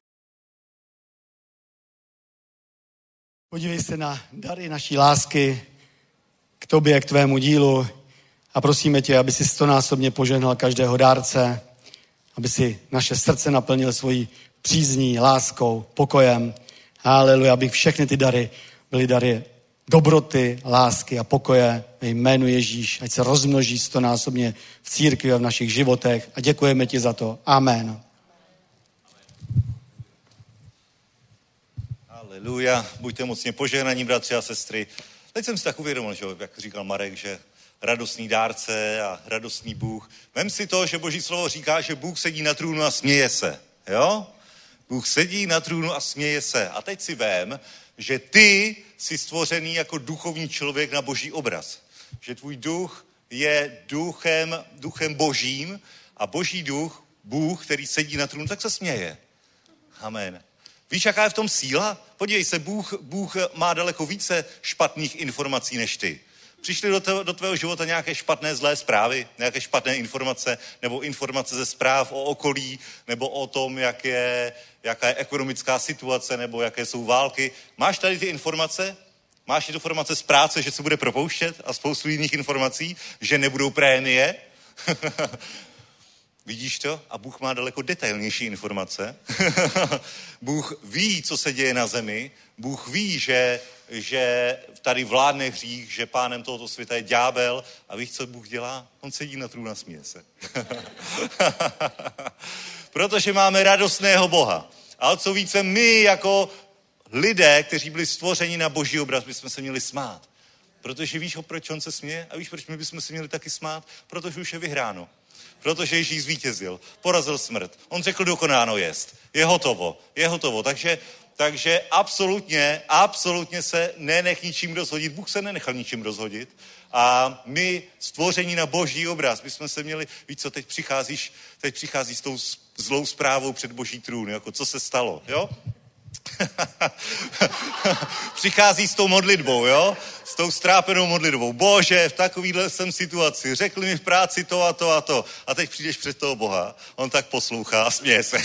Podívej se na dary naší lásky k tobě, k tvému dílu a prosíme tě, aby si stonásobně požehnal každého dárce, aby si naše srdce naplnil svojí přízní, láskou, pokojem. Haleluja, aby všechny ty dary byly dary dobroty, lásky a pokoje ve jménu Ježíš, ať se rozmnoží stonásobně v církvi a v našich životech a děkujeme ti za to. Amen. Haleluja, buďte mocně požehnaní, bratři a sestry. Teď jsem si tak uvědomil, že, jak říkal Marek, že radostný dárce a radostný Bůh. Vem si to, že Boží slovo říká, že Bůh sedí na trůnu a směje se. Jo? Bůh sedí na trůnu a směje se. A teď si vem, že ty jsi stvořený jako duchovní člověk na Boží obraz. Že tvůj duch je duchem, duchem Božím a Boží duch, Bůh, který sedí na trůnu, tak se směje. Amen. Víš, jaká je v tom síla? Podívej se, Bůh, Bůh má daleko více špatných informací než ty. Přišly do, tvé, do tvého života nějaké špatné, zlé zprávy, nějaké špatné informace, nebo informace ze zpráv o okolí, nebo o tom, jak je, jaká je ekonomická situace, nebo jaké jsou války. Máš tady ty informace? Máš ty informace z práce, že se bude propouštět a spoustu jiných informací, že nebudou prémie? Vidíš to? A Bůh má daleko detailnější informace. Bůh ví, co se děje na zemi. Bůh ví, že, že tady vládne hřích, že pánem tohoto světa je ďábel. A víš, co Bůh dělá? On sedí na trůnu a směje se. Protože máme radostného Boha. A o co více my jako lidé, kteří byli stvořeni na Boží obraz, bychom se měli smát. Protože víš, proč on se směje? A víš, proč my bychom se měli taky smát? Protože už je vyhráno. Protože Ježíš zvítězil, porazil smrt. On řekl, dokonáno jest. Je hotovo, je hotovo. Takže, takže absolutně, absolutně se nenech ničím rozhodit. Bůh se nenechal ničím rozhodit. A my, stvoření na Boží obraz, bychom se měli, víš co, teď přicházíš, teď přicházíš s tou zlou zprávou před Boží trůn, jako co se stalo, jo? Přichází s tou modlitbou, jo? S tou strápenou modlitbou. Bože, v takovýhle jsem situaci. Řekli mi v práci to a to a to. A teď přijdeš před toho Boha. On tak poslouchá a směje se.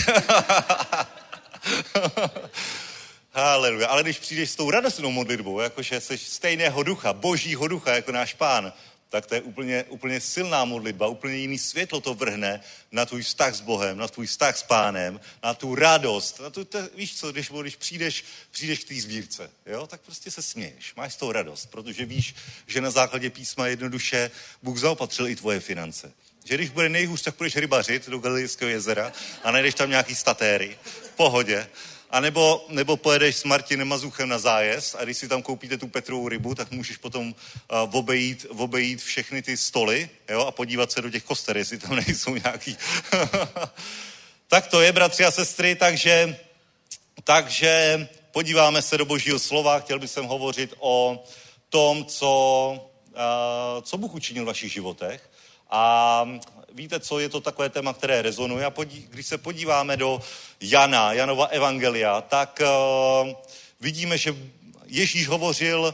Haleluja. Ale když přijdeš s tou radostnou modlitbou, jakože jsi stejného ducha, Božího ducha, jako náš Pán, tak to je úplně, úplně silná modlitba, úplně jiný světlo to vrhne na tvůj vztah s Bohem, na tvůj vztah s Pánem, na tu radost. Na tu, to, víš co, když, když přijdeš, přijdeš k té sbírce, jo, tak prostě se směješ, máš z toho radost, protože víš, že na základě písma jednoduše Bůh zaopatřil i tvoje finance. Že když bude nejhůř, tak půjdeš rybařit do Galilejského jezera a najdeš tam nějaký statéry, v pohodě. A nebo, nebo pojedeš s Martinem Mazuchem na zájezd a když si tam koupíte tu Petrovou rybu, tak můžeš potom uh, obejít, obejít všechny ty stoly, jo, a podívat se do těch koster, jestli tam nejsou nějaký. Tak to je, bratři a sestry, takže, takže podíváme se do Božího slova. Chtěl bych sem hovořit o tom, co, uh, co Bůh učinil v vašich životech. A víte, co je to takové téma, které rezonuje. A podí, když se podíváme do Jana, Janova evangelia, tak uh, vidíme, že Ježíš hovořil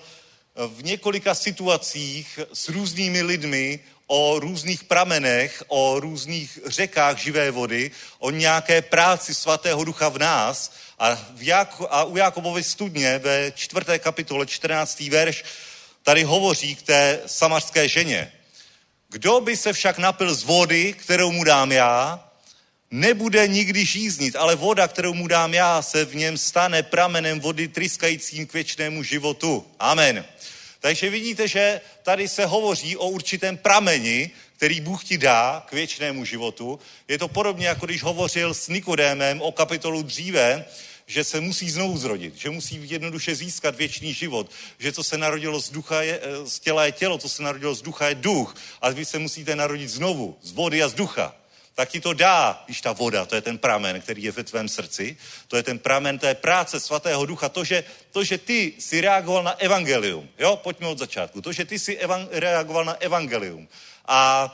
v několika situacích s různými lidmi o různých pramenech, o různých řekách živé vody, o nějaké práci svatého ducha v nás. A, v Jak- a u Jakobovy studně ve čtvrté kapitole, čtrnáctý verš, tady hovoří k té samařské ženě. Kdo by se však napil z vody, kterou mu dám já, nebude nikdy žíznit, ale voda, kterou mu dám já, se v něm stane pramenem vody tryskajícím k věčnému životu. Amen. Takže vidíte, že tady se hovoří o určitém prameni, který Bůh ti dá k věčnému životu. Je to podobně, jako když hovořil s Nikodémem o kapitolu dříve, že se musí znovu zrodit, že musí jednoduše získat věčný život, že co se narodilo z, ducha je, z těla je tělo, co se narodilo z ducha je duch a vy se musíte narodit znovu, z vody a z ducha. Tak ti to dá, když ta voda, to je ten pramen, který je ve tvém srdci, to je ten pramen té práce svatého ducha, to, že, to, že ty si reagoval na evangelium, jo, pojďme od začátku, to, že ty si evan, reagoval na evangelium a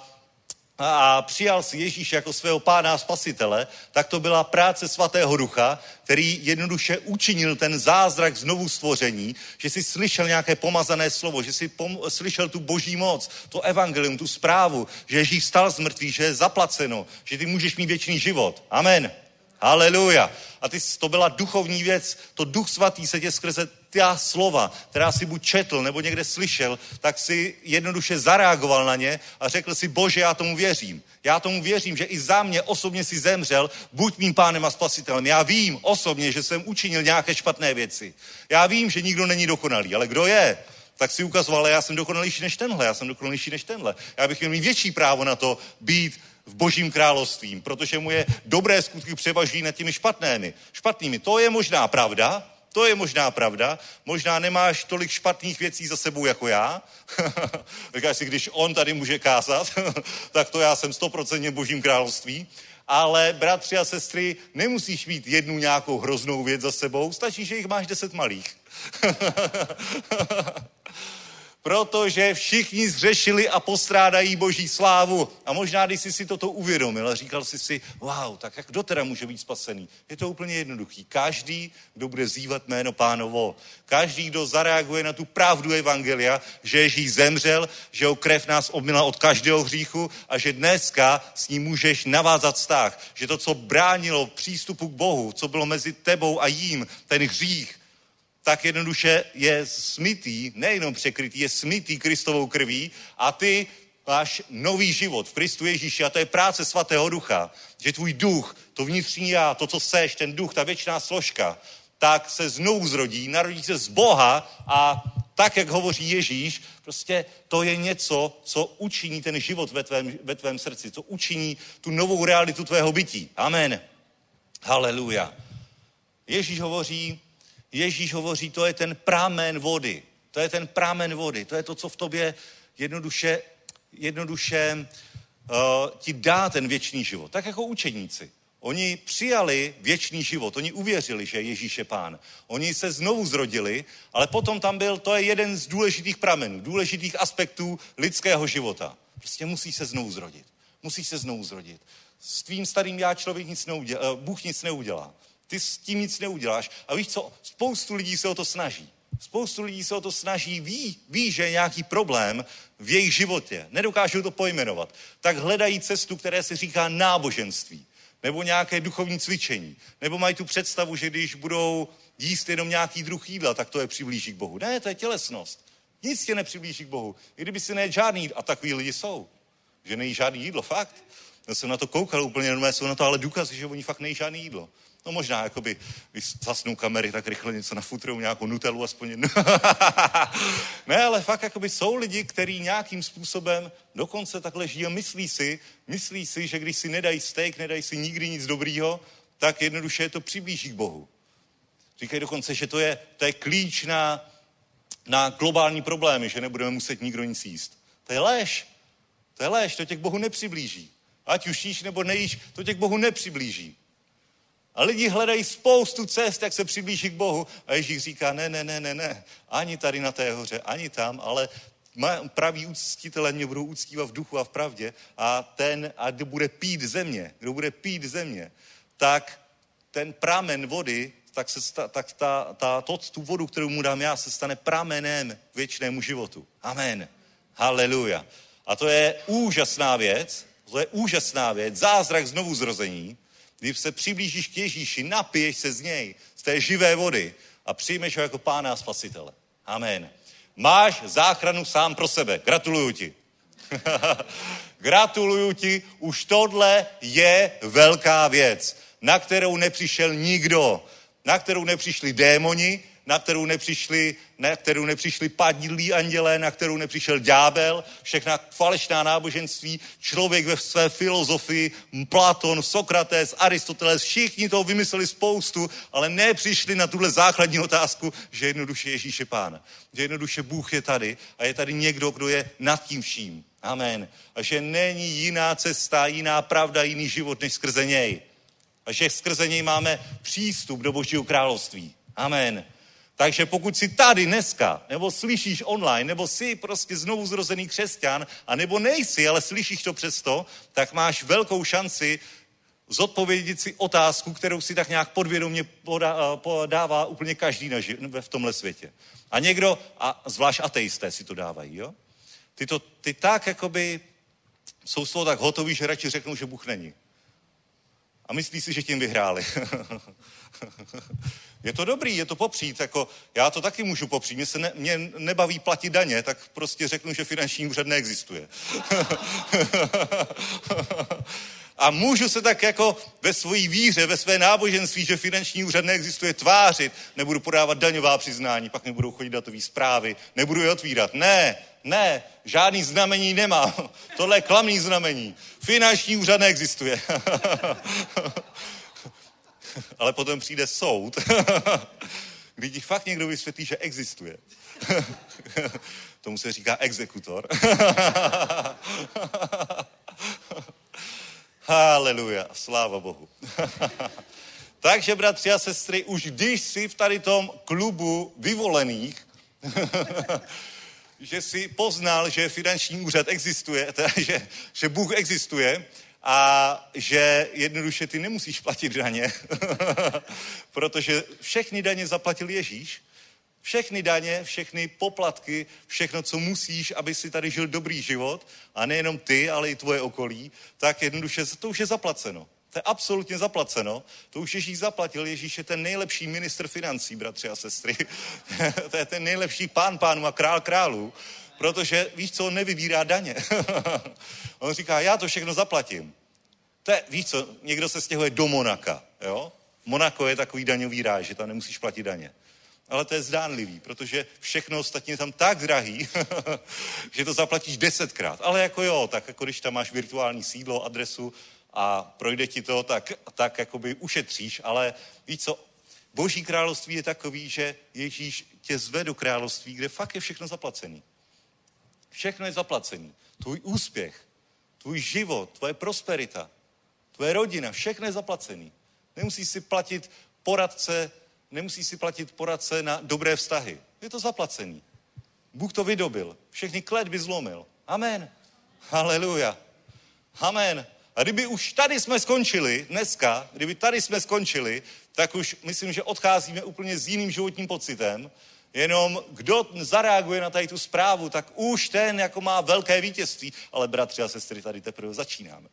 a přijal si Ježíš jako svého pána a spasitele, tak to byla práce svatého ducha, který jednoduše učinil ten zázrak znovu stvoření, že jsi slyšel nějaké pomazané slovo, že jsi pom- slyšel tu boží moc, to evangelium, tu zprávu, že Ježíš vstal z mrtvých, že je zaplaceno, že ty můžeš mít věčný život. Amen. Haleluja. A ty, to byla duchovní věc, to Duch Svatý se tě skrze ta slova, která si buď četl nebo někde slyšel, tak si jednoduše zareagoval na ně a řekl si, Bože, já tomu věřím. Já tomu věřím, že i za mě osobně si zemřel, buď mým pánem a spasitelem. Já vím osobně, že jsem učinil nějaké špatné věci. Já vím, že nikdo není dokonalý, ale kdo je? Tak si ukazoval, ale já jsem dokonalější než tenhle, já jsem dokonalější než tenhle. Já bych měl mít větší právo na to být v božím královstvím, protože moje dobré skutky převažují nad těmi špatnými. Špatnými. To je možná pravda, to je možná pravda. Možná nemáš tolik špatných věcí za sebou jako já. Říkáš si, když on tady může kázat, tak to já jsem stoprocentně v božím království. Ale bratři a sestry, nemusíš mít jednu nějakou hroznou věc za sebou, stačí, že jich máš deset malých. Protože všichni zřešili a postrádají boží slávu. A možná, když jsi si toto uvědomil a říkal jsi si, wow, tak jak kdo teda může být spasený? Je to úplně jednoduchý. Každý, kdo bude vzývat jméno Pánovo. Každý, kdo zareaguje na tu pravdu evangelia, že Ježíš zemřel, že jeho krev nás obmyla od každého hříchu a že dneska s ním můžeš navázat vztah. Že to, co bránilo přístupu k Bohu, co bylo mezi tebou a jím, ten hřích, tak jednoduše je smytý, nejenom překrytý, je smytý Kristovou krví a ty máš nový život v Kristu Ježíši a to je práce svatého ducha, že tvůj duch, to vnitřní já, to, co seš, ten duch, ta věčná složka, tak se znovu zrodí, narodí se z Boha a tak, jak hovoří Ježíš, prostě to je něco, co učiní ten život ve tvém, ve tvém srdci, co učiní tu novou realitu tvého bytí. Amen. Haleluja. Ježíš hovoří, Ježíš hovoří, to je ten pramen vody. To je ten pramen vody. To je to, co v tobě jednoduše, jednoduše uh, ti dá ten věčný život. Tak jako učeníci. Oni přijali věčný život. Oni uvěřili, že Ježíš je pán. Oni se znovu zrodili, ale potom tam byl, to je jeden z důležitých pramenů, důležitých aspektů lidského života. Prostě musíš se znovu zrodit. Musíš se znovu zrodit. S tvým starým já člověk nic neudělá, Bůh nic neudělá. Ty s tím nic neuděláš. A víš co, spoustu lidí se o to snaží. Spoustu lidí se o to snaží, ví, ví, že je nějaký problém v jejich životě. Nedokážou to pojmenovat. Tak hledají cestu, které se říká náboženství. Nebo nějaké duchovní cvičení. Nebo mají tu představu, že když budou jíst jenom nějaký druh jídla, tak to je přiblíží k Bohu. Ne, to je tělesnost. Nic tě nepřiblíží k Bohu. I kdyby si nejedl žádný jídlo. A takový lidi jsou. Že nejí žádný jídlo, fakt. Já jsem na to koukal úplně, normálně jsou na to ale důkazy, že oni fakt nejí žádný jídlo. No možná, jakoby, když zasnou kamery, tak rychle něco nafutrujou, nějakou nutelu aspoň jednu. Ne, ale fakt, jakoby jsou lidi, kteří nějakým způsobem dokonce takhle žijí a myslí si, myslí si, že když si nedají steak, nedají si nikdy nic dobrýho, tak jednoduše je to přiblíží k Bohu. Říkají dokonce, že to je, to je klíč na, na globální problémy, že nebudeme muset nikdo nic jíst. To je lež. To je lež, to tě k Bohu nepřiblíží. Ať už jíš nebo nejíš, to tě k Bohu nepřiblíží. A lidi hledají spoustu cest, jak se přiblíží k Bohu. A Ježíš říká, ne, ne, ne, ne, ne. Ani tady na té hoře, ani tam, ale praví uctitelé mě budou uctívat v duchu a v pravdě. A ten, a kdo bude pít země, kdo bude pít země, tak ten pramen vody tak, se sta, tak ta, ta, to, tu vodu, kterou mu dám já, se stane pramenem věčnému životu. Amen. Haleluja. A to je úžasná věc, to je úžasná věc, zázrak znovu zrození, když se přiblížíš k Ježíši, napiješ se z něj, z té živé vody a přijmeš ho jako Pána a Spasitele. Amen. Máš záchranu sám pro sebe. Gratuluju ti. Gratuluju ti, už tohle je velká věc, na kterou nepřišel nikdo, na kterou nepřišli démoni, na kterou nepřišli, na kterou nepřišli padlí andělé, na kterou nepřišel ďábel, všechna falešná náboženství, člověk ve své filozofii, Platon, Sokrates, Aristoteles, všichni toho vymysleli spoustu, ale nepřišli na tuhle základní otázku, že jednoduše Ježíš je Pán, že jednoduše Bůh je tady a je tady někdo, kdo je nad tím vším. Amen. A že není jiná cesta, jiná pravda, jiný život, než skrze něj. A že skrze něj máme přístup do Božího království. Amen. Takže pokud jsi tady dneska, nebo slyšíš online, nebo jsi prostě znovu zrozený křesťan, a nebo nejsi, ale slyšíš to přesto, tak máš velkou šanci zodpovědět si otázku, kterou si tak nějak podvědomě podává úplně každý v tomhle světě. A někdo, a zvlášť ateisté si to dávají, jo? Ty, to, ty tak jakoby jsou z toho tak hotoví, že radši řeknou, že Bůh není. A myslí si, že tím vyhráli. Je to dobrý, je to popřít, jako já to taky můžu popřít, mě se ne, mě nebaví platit daně, tak prostě řeknu, že finanční úřad neexistuje. A můžu se tak jako ve své víře, ve své náboženství, že finanční úřad neexistuje, tvářit, nebudu podávat daňová přiznání, pak nebudou chodit datové zprávy, nebudu je otvírat. Ne, ne, žádný znamení nemám. Tohle je klamný znamení. Finanční úřad neexistuje. Ale potom přijde soud, kdy ti fakt někdo vysvětlí, že existuje. Tomu se říká exekutor. Haleluja, sláva Bohu. Takže, bratři a sestry, už když jsi v tady tom klubu vyvolených, že jsi poznal, že finanční úřad existuje, teda, že, že Bůh existuje, a že jednoduše ty nemusíš platit daně, protože všechny daně zaplatil Ježíš, všechny daně, všechny poplatky, všechno, co musíš, aby si tady žil dobrý život, a nejenom ty, ale i tvoje okolí, tak jednoduše to už je zaplaceno. To je absolutně zaplaceno, to už Ježíš zaplatil. Ježíš je ten nejlepší ministr financí, bratři a sestry. To je ten nejlepší pán pánů a král králů, protože víš co, on nevybírá daně. On říká, já to všechno zaplatím. To je, víš co, někdo se stěhuje do Monaka, jo? Monako je takový daňový ráj, že tam nemusíš platit daně. Ale to je zdánlivý, protože všechno ostatně je tam tak drahý, že to zaplatíš desetkrát. Ale jako jo, tak jako když tam máš virtuální sídlo, adresu a projde ti to, tak, tak jakoby ušetříš. Ale víš co, Boží království je takový, že Ježíš tě zve do království, kde fakt je všechno zaplacený. Všechno je zaplacený. Tvůj úspěch, tvůj život, tvoje prosperita, tvoje rodina, všechno je zaplacený. Nemusíš si platit poradce, nemusíš si platit poradce na dobré vztahy. Je to zaplacený. Bůh to vydobil. Všechny kletby zlomil. Amen. Haleluja. Amen. A kdyby už tady jsme skončili dneska, kdyby tady jsme skončili, tak už myslím, že odcházíme úplně s jiným životním pocitem. Jenom kdo zareaguje na tady tu zprávu, tak už ten jako má velké vítězství. Ale bratři a sestry, tady teprve začínáme.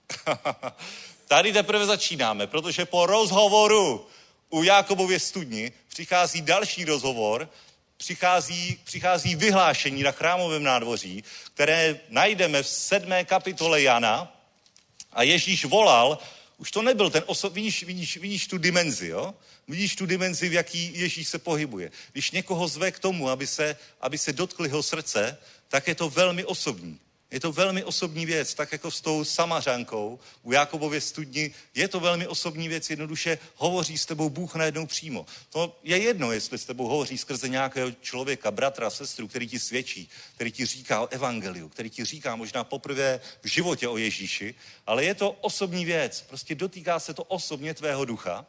Tady teprve začínáme, protože po rozhovoru u Jákobově studni přichází další rozhovor, přichází, přichází vyhlášení na chrámovém nádvoří, které najdeme v sedmé kapitole Jana, a Ježíš volal, už to nebyl ten osob, vidíš, vidíš, vidíš tu dimenzi, jo? Vidíš tu dimenzi, v jaký Ježíš se pohybuje. Když někoho zve k tomu, aby se, aby se dotkl jeho srdce, tak je to velmi osobní. Je to velmi osobní věc, tak jako s tou Samařankou u Jákobově studni, je to velmi osobní věc, jednoduše hovoří s tebou Bůh najednou přímo. To je jedno, jestli s tebou hovoří skrze nějakého člověka, bratra, sestru, který ti svědčí, který ti říká o evangeliu, který ti říká možná poprvé v životě o Ježíši, ale je to osobní věc, prostě dotýká se to osobně tvého ducha.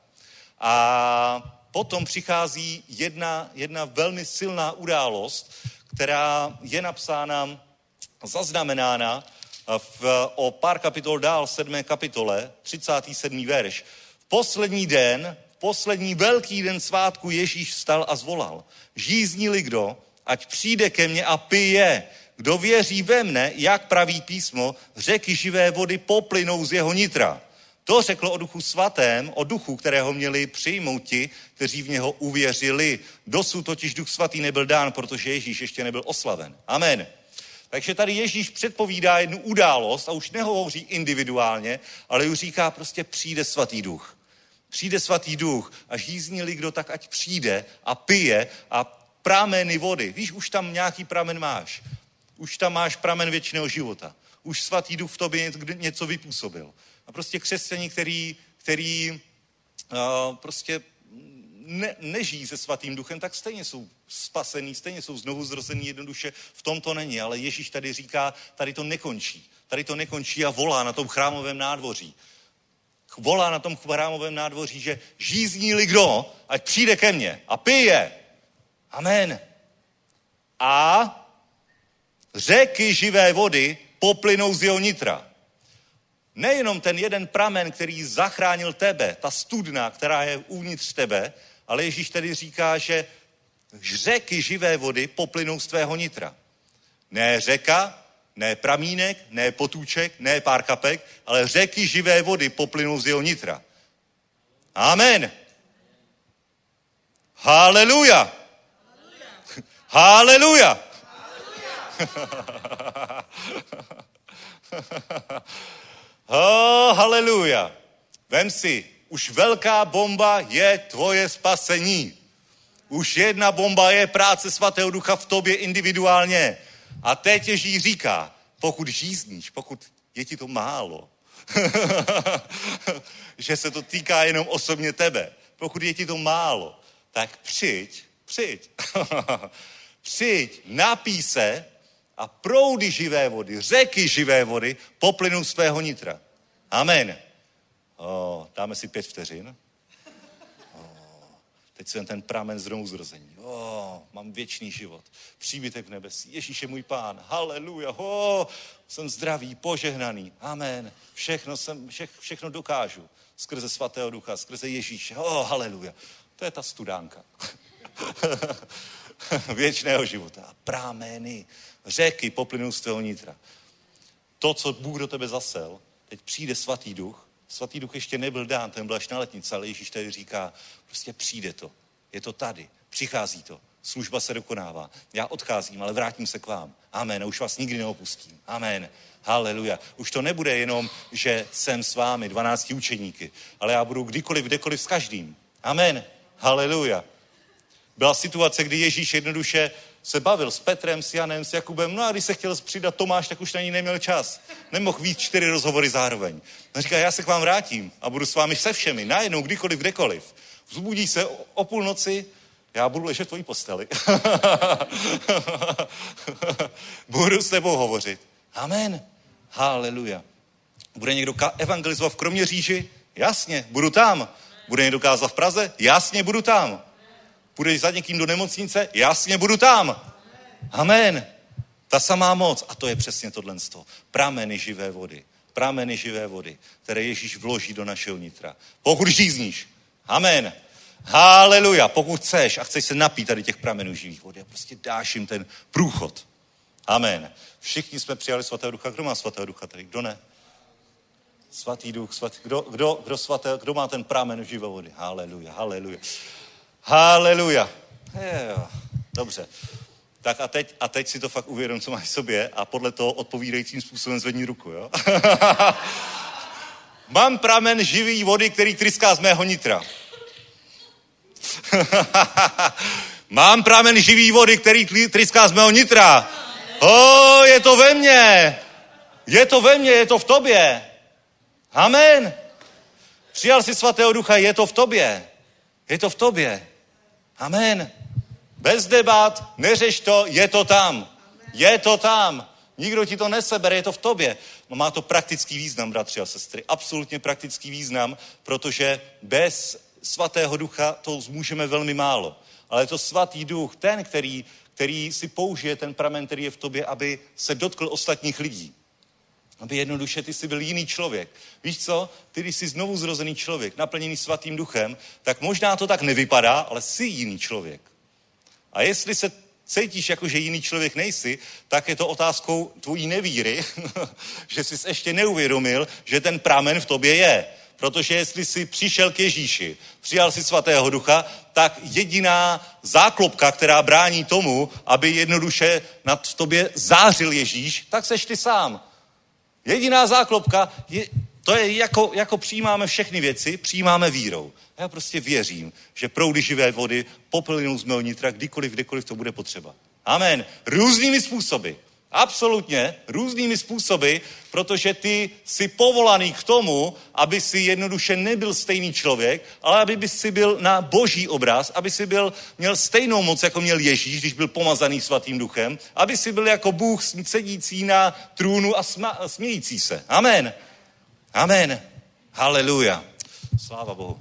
A potom přichází jedna, jedna velmi silná událost, která je napsána, zaznamenána v, o pár kapitol dál, sedmé kapitole, třicátý sedmý verš. V poslední den, v poslední velký den svátku Ježíš vstal a zvolal. Žízní-li kdo, ať přijde ke mně a pije. Kdo věří ve mne, jak praví písmo, řeky živé vody poplynou z jeho nitra. To řekl o Duchu Svatém, o duchu, kterého měli přijmout ti, kteří v něho uvěřili. Dosud totiž Duch Svatý nebyl dán, protože Ježíš ještě nebyl oslaven. Amen. Takže tady Ježíš předpovídá jednu událost a už nehovoří individuálně, ale už říká prostě přijde Svatý Duch. Přijde Svatý Duch a žízní-li kdo, tak ať přijde a pije a prameny vody. Víš, už tam nějaký pramen máš. Už tam máš pramen věčného života. Už Svatý Duch v tobě něco vypůsobil. A prostě křesťaní, který, který uh, prostě ne, nežijí se Svatým Duchem, tak stejně jsou spasený, stejně jsou znovu zrozený, jednoduše v tom to není. Ale Ježíš tady říká, tady to nekončí. Tady to nekončí a volá na tom chrámovém nádvoří. Volá na tom chrámovém nádvoří, že žízní-li kdo, ať přijde ke mně a pije. Amen. A řeky živé vody poplynou z jeho nitra. Nejenom ten jeden pramen, který zachránil tebe, ta studna, která je uvnitř tebe, ale Ježíš tedy říká, že řeky živé vody poplynou z tvého nitra. Ne řeka, ne pramínek, ne potůček, ne pár kapek, ale řeky živé vody poplynou z jeho nitra. Amen. Haleluja. Haleluja. Oh, haleluja. Vem si, už velká bomba je tvoje spasení. Už jedna bomba je práce Svatého Ducha v tobě individuálně. A teď Ježíš říká, pokud žízníš, pokud je ti to málo, že se to týká jenom osobně tebe, pokud je ti to málo, tak přijď, přijď, přijď, napij se a proudy živé vody, řeky živé vody poplynou z tvého nitra. Amen. O, dáme si pět vteřin. O, teď jsem ten pramen znovu zrození. O, mám věčný život. Příbytek v nebesí. Ježíš je můj pán. Haleluja. O, jsem zdravý, požehnaný. Amen. Všechno, jsem, vše, všechno dokážu. Skrze Svatého Ducha, skrze Ježíše. O, haleluja. To je ta studánka. Věčného života. Prameny, řeky poplynou z tvého nitra. To, co Bůh do tebe zasel, teď přijde Svatý Duch. Svatý Duch ještě nebyl dán, ten byl až na letnici, ale Ježíš tady říká, prostě přijde to. Je to tady. Přichází to. Služba se dokonává. Já odcházím, ale vrátím se k vám. Amen. A už vás nikdy neopustím. Amen. Haleluja. Už to nebude jenom, že jsem s vámi, dvanácti učeníky, ale já budu kdykoliv, kdekoliv s každým. Amen. Haleluja. Byla situace, kdy Ježíš jednoduše se bavil s Petrem, s Janem, s Jakubem, no a když se chtěl přidat Tomáš, tak už na ní neměl čas. Nemohl víc čtyři rozhovory zároveň. On říká, já se k vám vrátím a budu s vámi se všemi, najednou, kdykoliv, kdekoliv. Vzbudí se o, o půlnoci, já budu ležet v tvojí posteli. Budu s tebou hovořit. Amen. Haleluja. Bude někdo evangelizovat v Kroměříži? Jasně, budu tam. Bude někdo kázat v Praze? Jasně, budu tam. Půjdeš za někým do nemocnice? Jasně, budu tam. Amen. Ta samá moc. A to je přesně tohlenstvo. Prameny živé vody. Prameny živé vody, které Ježíš vloží do našeho nitra. Pokud žízníš. Amen. Haleluja. Pokud chceš a chceš se napít tady těch pramenů živých vody a prostě dáš jim ten průchod. Amen. Všichni jsme přijali Svatého Ducha. Kdo má Svatého Ducha tady? Kdo ne? Svatý Duch. Svatý. Kdo, kdo, kdo, svaté, kdo má ten pramen živé vody? Haleluja. Haleluja. Haleluja. Jo, dobře. Tak a teď, a teď si to fakt uvědom, co máš v sobě a podle toho odpovídajícím způsobem zvedni ruku, jo? Mám pramen živý vody, který tryská z mého nitra. Mám pramen živý vody, který tryská z mého nitra. O, je to ve mně. Je to ve mně, je to v tobě. Amen. Přijal jsi Svatého Ducha, je to v tobě. Je to v tobě. Amen. Bez debat, neřeš to, je to tam. Je to tam. Nikdo ti to nesebere, je to v tobě. No, má to praktický význam, bratři a sestry. Absolutně praktický význam, protože bez Svatého Ducha to můžeme velmi málo. Ale je to Svatý Duch, ten, který, který si použije ten pramen, který je v tobě, aby se dotkl ostatních lidí. Aby jednoduše ty jsi byl jiný člověk. Víš co? Ty, když jsi znovu zrozený člověk, naplněný svatým duchem, tak možná to tak nevypadá, ale jsi jiný člověk. A jestli se cítíš jako, že jiný člověk nejsi, tak je to otázkou tvojí nevíry, že jsi ještě neuvědomil, že ten pramen v tobě je. Protože jestli jsi přišel k Ježíši, přijal si svatého ducha, tak jediná záklopka, která brání tomu, aby jednoduše nad tobě zářil Ježíš, tak seš ty sám. Jediná záklopka, je, to je jako, jako přijímáme všechny věci, přijímáme vírou. Já prostě věřím, že proudy živé vody poplynou z mého nitra kdykoliv, kdekoliv to bude potřeba. Amen. Různými způsoby. Absolutně různými způsoby, protože ty jsi povolaný k tomu, aby si jednoduše nebyl stejný člověk, ale aby by si byl na boží obraz, aby si byl, měl stejnou moc, jako měl Ježíš, když byl pomazaný svatým duchem, aby si byl jako Bůh sedící na trůnu a sma, smějící se. Amen. Amen. Haleluja. Sláva Bohu.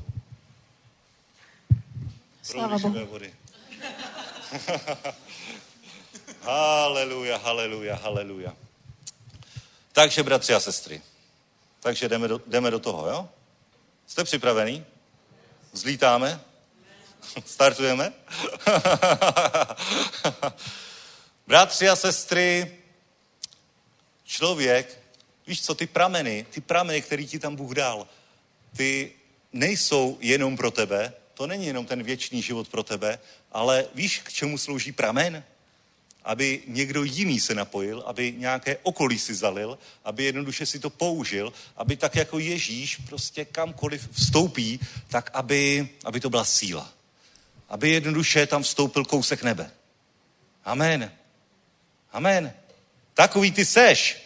Sláva Bohu. Haleluja, haleluja, haleluja. Takže, bratři a sestry, takže jdeme do, jdeme do toho, jo? Jste připravení? Vzlítáme? Startujeme? Bratři a sestry, člověk, víš co, ty prameny, ty prameny, který ti tam Bůh dal, ty nejsou jenom pro tebe, to není jenom ten věčný život pro tebe, ale víš, k čemu slouží pramen? Aby někdo jiný se napojil, aby nějaké okolí si zalil, aby jednoduše si to použil, aby tak jako Ježíš prostě kamkoliv vstoupí, tak aby, aby to byla síla. Aby jednoduše tam vstoupil kousek nebe. Amen. Amen. Takový ty seš.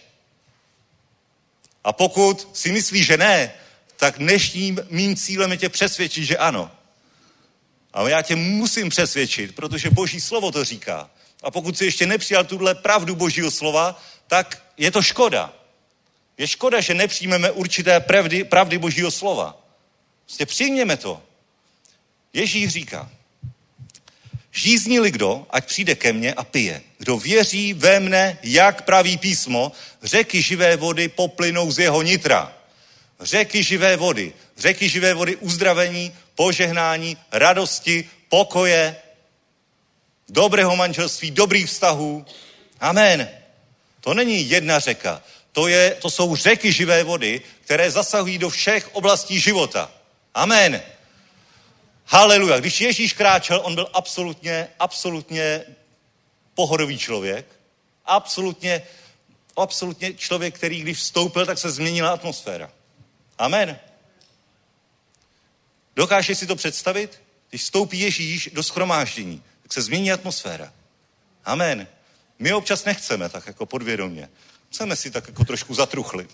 A pokud si myslíš, že ne, tak dnešním mým cílem je tě přesvědčit, že ano. A já tě musím přesvědčit, protože Boží slovo to říká. A pokud jsi ještě nepřijal tuhle pravdu Božího slova, tak je to škoda. Je škoda, že nepřijmeme určité pravdy, pravdy Božího slova. Prostě přijměme to. Ježíš říká, žízní-li kdo, ať přijde ke mně a pije. Kdo věří ve mne, jak praví písmo, řeky živé vody poplynou z jeho nitra. Řeky živé vody. Řeky živé vody uzdravení, požehnání, radosti, pokoje, dobrého manželství, dobrých vztahů. Amen. To není jedna řeka. To, je, to jsou řeky živé vody, které zasahují do všech oblastí života. Amen. Haleluja. Když Ježíš kráčel, on byl absolutně, absolutně pohodový člověk. Absolutně, absolutně člověk, který když vstoupil, tak se změnila atmosféra. Amen. Dokážeš si to představit? Když vstoupí Ježíš do shromáždění, tak se změní atmosféra. Amen. My občas nechceme tak jako podvědomě. Chceme si tak jako trošku zatruchlit.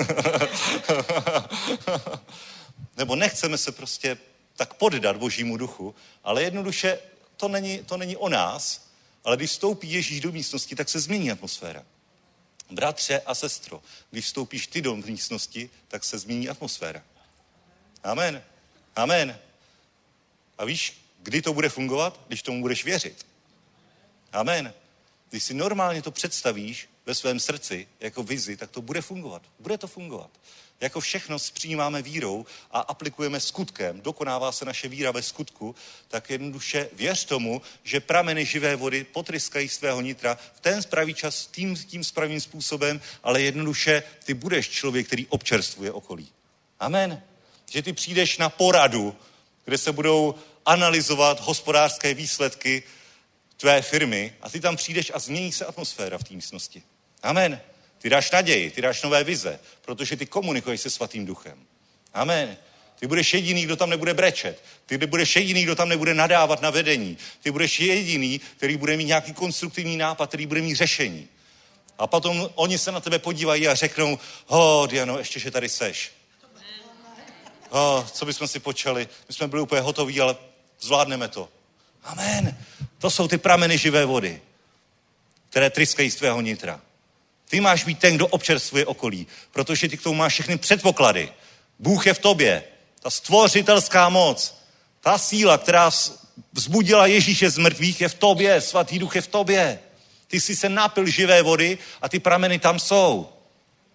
Nebo nechceme se prostě tak poddat Božímu duchu, ale jednoduše to není, to není o nás, ale když vstoupí Ježíš do místnosti, tak se změní atmosféra. Bratře a sestro, když vstoupíš ty do místnosti, tak se změní atmosféra. Amen. Amen. A víš, kdy to bude fungovat? Když tomu budeš věřit. Amen. Když si normálně to představíš ve svém srdci jako vizi, tak to bude fungovat. Bude to fungovat. Jako všechno přijímáme vírou a aplikujeme skutkem, dokonává se naše víra ve skutku, tak jednoduše věř tomu, že prameny živé vody potryskají z tvého nitra v ten pravý čas tím, tím správným způsobem, ale jednoduše ty budeš člověk, který občerstvuje okolí. Amen. Že ty přijdeš na poradu, kde se budou analyzovat hospodářské výsledky tvé firmy a ty tam přijdeš a změní se atmosféra v té místnosti. Amen. Ty dáš naději, ty dáš nové vize, protože ty komunikuješ se svatým duchem. Amen. Ty budeš jediný, kdo tam nebude brečet. Ty budeš jediný, kdo tam nebude nadávat na vedení. Ty budeš jediný, který bude mít nějaký konstruktivní nápad, který bude mít řešení. A potom oni se na tebe podívají a řeknou, ho, Diano, ještě, že tady seš. Ho, co bychom si počali? My jsme byli úplně hotoví, ale zvládneme to. Amen. To jsou ty prameny živé vody, které tryskají z tvého nitra. Ty máš být ten, kdo občerstvuje okolí, protože ty k tomu máš všechny předpoklady. Bůh je v tobě. Ta stvořitelská moc, ta síla, která vzbudila Ježíše z mrtvých, je v tobě. Svatý duch je v tobě. Ty jsi se napil živé vody a ty prameny tam jsou.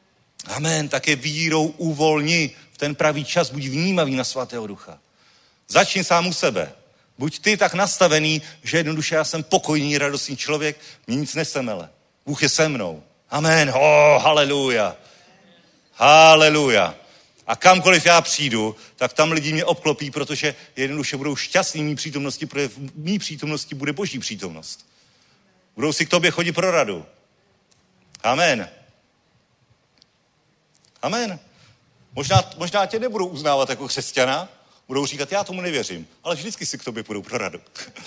Amen. Také vírou uvolni v ten pravý čas, buď vnímavý na svatého ducha. Začni sám u sebe. Buď ty tak nastavený, že jednoduše já jsem pokojný, radostný člověk, mě nic nesemele. Bůh je se mnou. Amen. Oh, haleluja. Haleluja. A kamkoliv já přijdu, tak tam lidi mě obklopí, protože jednoduše budou šťastní mý přítomnosti, protože v mý přítomnosti bude boží přítomnost. Budou si k tobě chodit pro radu. Amen. Amen. Možná, možná tě nebudou uznávat jako křesťana, budou říkat, já tomu nevěřím, ale vždycky si k tobě půjdou pro radu.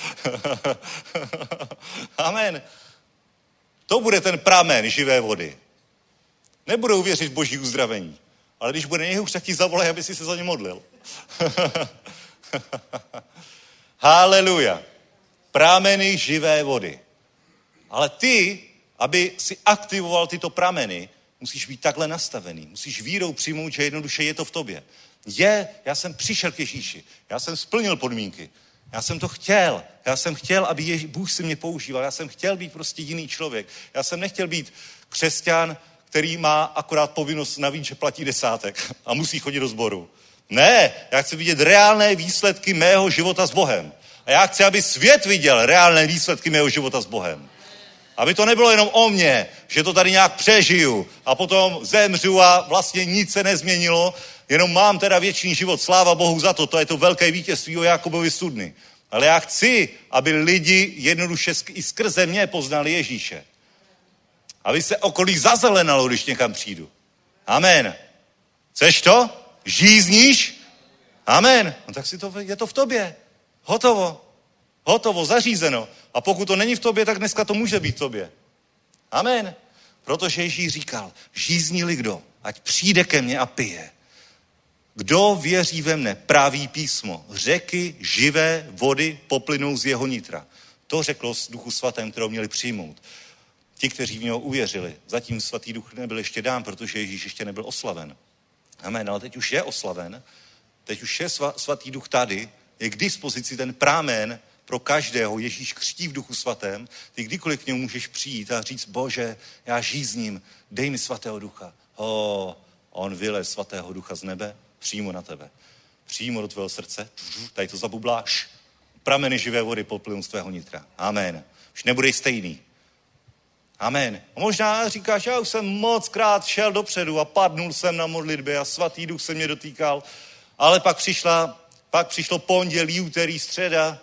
Amen. To bude ten pramen živé vody. Nebudou věřit v boží uzdravení, ale když bude nejhůř, tak ti zavolají, aby si se za ně modlil. Haleluja. Prameny živé vody. Ale ty, aby si aktivoval tyto prameny, musíš být takhle nastavený. Musíš vírou přijmout, že jednoduše je to v tobě. Je, já jsem přišel k Ježíši. Já jsem splnil podmínky. Já jsem to chtěl. Já jsem chtěl, aby Jež... Bůh si mě používal. Já jsem chtěl být prostě jiný člověk. Já jsem nechtěl být křesťan, který má akorát povinnost navíc, že platí desátek a musí chodit do sboru. Ne, já chci vidět reálné výsledky mého života s Bohem. A já chci, aby svět viděl reálné výsledky mého života s Bohem. Aby to nebylo jenom o mně, že to tady nějak přežiju a potom zemřu a vlastně nic se nezměnilo, jenom mám teda věčný život, sláva Bohu za to, to je to velké vítězství o Jakobovi studny. Ale já chci, aby lidi jednoduše i skrze mě poznali Ježíše. Aby se okolí zazelenalo, když někam přijdu. Amen. Chceš to? Žízníš? Amen. No tak si to, je to v tobě. Hotovo. Hotovo, zařízeno. A pokud to není v tobě, tak dneska to může být v tobě. Amen. Protože Ježíš říkal, žízní-li kdo, ať přijde ke mně a pije. Kdo věří ve mne, praví písmo, řeky živé vody poplynou z jeho nitra. To řeklo z Duchu Svatém, kterou měli přijmout. Ti, kteří v něho uvěřili. Zatím Svatý Duch nebyl ještě dán, protože Ježíš ještě nebyl oslaven. Amen, ale teď už je oslaven. Teď už je Svatý Duch tady. Je k dispozici ten prámen pro každého. Ježíš křtí v Duchu Svatém. Ty kdykoliv k němu můžeš přijít a říct, Bože, já žízním, dej mi Svatého Ducha. O, on vylez Svatého Ducha z nebe přímo na tebe. Přímo do tvého srdce. Tady to zabubláš. Prameny živé vody poplynou z tvého nitra. Amen. Už nebudeš stejný. Amen. A možná říkáš, já už jsem moc krát šel dopředu a padnul jsem na modlitbě a Svatý Duch se mě dotýkal, ale pak přišla, pak přišlo pondělí, úterý, středa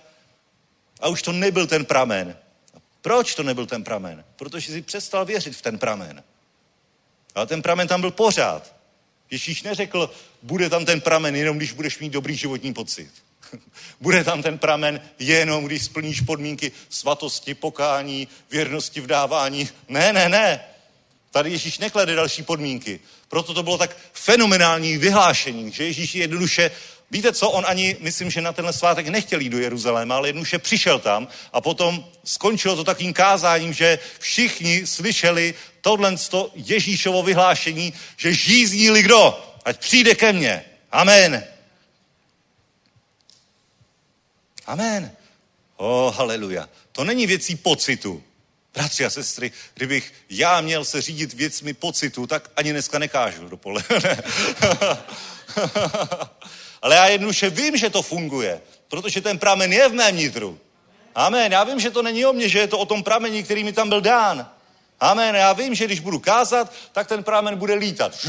a už to nebyl ten pramen. Proč to nebyl ten pramen? Protože jsi přestal věřit v ten pramen. Ale ten pramen tam byl pořád. Ježíš neřekl, bude tam ten pramen jenom, když budeš mít dobrý životní pocit. Bude tam ten pramen jenom, když splníš podmínky svatosti, pokání, věrnosti v dávání. Ne, ne, ne. Tady Ježíš neklade další podmínky. Proto to bylo tak fenomenální vyhlášení, že Ježíš jednoduše, víte co, on ani, myslím, že na tenhle svátek nechtěl jít do Jeruzaléma, ale jednoduše přišel tam a potom skončilo to takovým kázáním, že všichni slyšeli tohle Ježíšovo vyhlášení, že žízní-li kdo, ať přijde ke mně. Amen. Amen. Oh, haleluja. To není věcí pocitu. Bratři a sestry, kdybych já měl se řídit věcmi pocitu, tak ani dneska nekážu dopoledne. Ale já jednoduše vím, že to funguje, protože ten pramen je v mém nitru. Amen. Já vím, že to není o mně, že je to o tom prameni, který mi tam byl dán. Amen. Já vím, že když budu kázat, tak ten pramen bude lítat.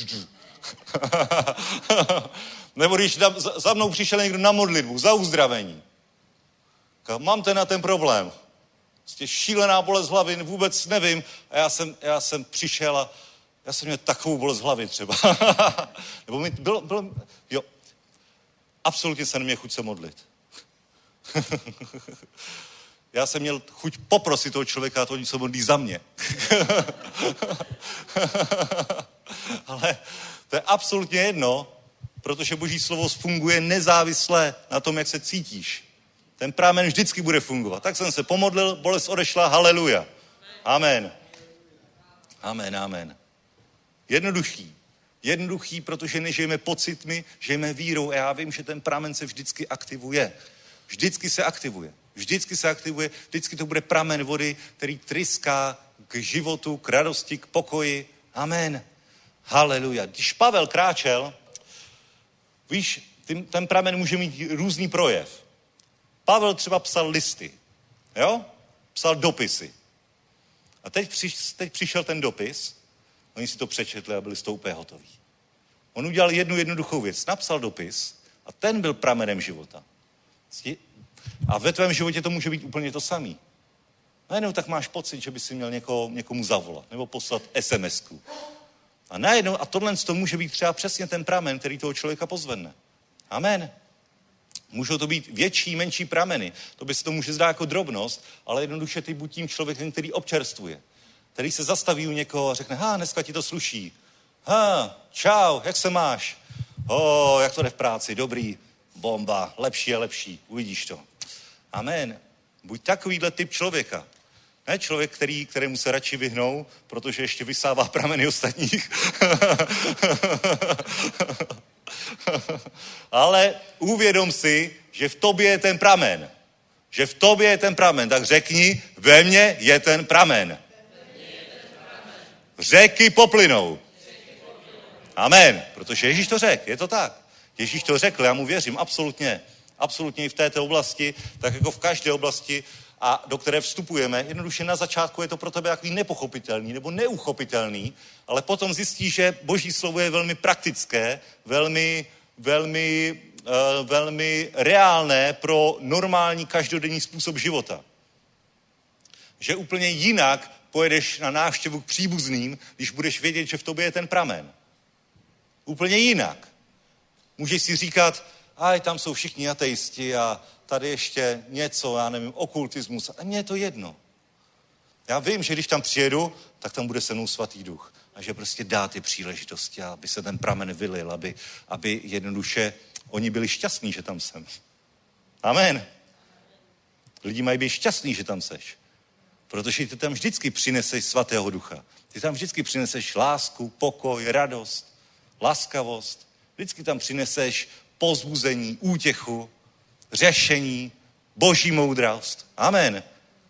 Nebo když za mnou přišel někdo na modlitbu, za uzdravení. Mám ten na ten problém. Prostě šílená bolest hlavy, vůbec nevím. A já jsem, já jsem přišel a já jsem měl takovou bolest hlavy třeba. Nebo mi bylo, bylo, jo, absolutně se neměl chuť se modlit. Já jsem měl chuť poprosit toho člověka, a to se modlí za mě. Ale to je absolutně jedno, protože Boží slovo funguje nezávisle na tom, jak se cítíš. Ten pramen vždycky bude fungovat. Tak jsem se pomodlil, bolest odešla, haleluja. Amen. Amen, amen. Jednoduchý. Jednoduchý, protože nežijeme pocitmi, žijeme vírou a já vím, že ten pramen se vždycky aktivuje. Vždycky se aktivuje. Vždycky se aktivuje, vždycky to bude pramen vody, který tryská k životu, k radosti, k pokoji. Amen. Haleluja. Když Pavel kráčel, víš, ten pramen může mít různý projev. Pavel třeba psal listy, jo? Psal dopisy. A teď, přiš, teď přišel ten dopis, oni si to přečetli a byli z toho úplně hotoví. On udělal jednu jednoduchou věc, napsal dopis a ten byl pramenem života. A ve tvém životě to může být úplně to samý. Najednou tak máš pocit, že by si měl někoho, někomu zavolat nebo poslat es em esku. A najednou, a tohle to může být třeba přesně ten pramen, který toho člověka pozvedne. Amen. Můžou to být větší, menší prameny. To by se to může zdát jako drobnost, ale jednoduše ty buď tím člověkem, který občerstvuje. Který se zastaví u někoho a řekne, ha, dneska ti to sluší. Ha, čau, jak se máš? O, jak to jde v práci, dobrý, bomba, lepší a lepší, uvidíš to. Amen. Buď takovýhle typ člověka. Ne člověk, který, kterému se radši vyhnou, protože ještě vysává prameny ostatních. Ale uvědom si, že v tobě je ten pramen. Že v tobě je ten pramen. Tak řekni, ve mně je ten pramen. Řeky poplynou. Amen. Protože Ježíš to řekl, je to tak. Ježíš to řekl, já mu věřím, absolutně. Absolutně i v této oblasti, tak jako v každé oblasti, a do které vstupujeme, jednoduše na začátku je to pro tebe takový nepochopitelný nebo neuchopitelný, ale potom zjistíš, že Boží slovo je velmi praktické, velmi, velmi, uh, velmi reálné pro normální každodenní způsob života. Že úplně jinak pojedeš na návštěvu k příbuzným, když budeš vědět, že v tobě je ten pramen. Úplně jinak. Můžeš si říkat, aj tam jsou všichni ateisti a tady ještě něco, já nevím, okultismus. A mně je to jedno. Já vím, že když tam přijedu, tak tam bude se mnou svatý duch. A že prostě dá ty příležitosti, aby se ten pramen vylil, aby, aby jednoduše oni byli šťastní, že tam jsem. Amen. Lidi mají být šťastní, že tam seš. Protože ty tam vždycky přineseš svatého ducha. Ty tam vždycky přineseš lásku, pokoj, radost, laskavost. Vždycky tam přineseš povzbuzení, útěchu, řešení, boží moudrost. Amen.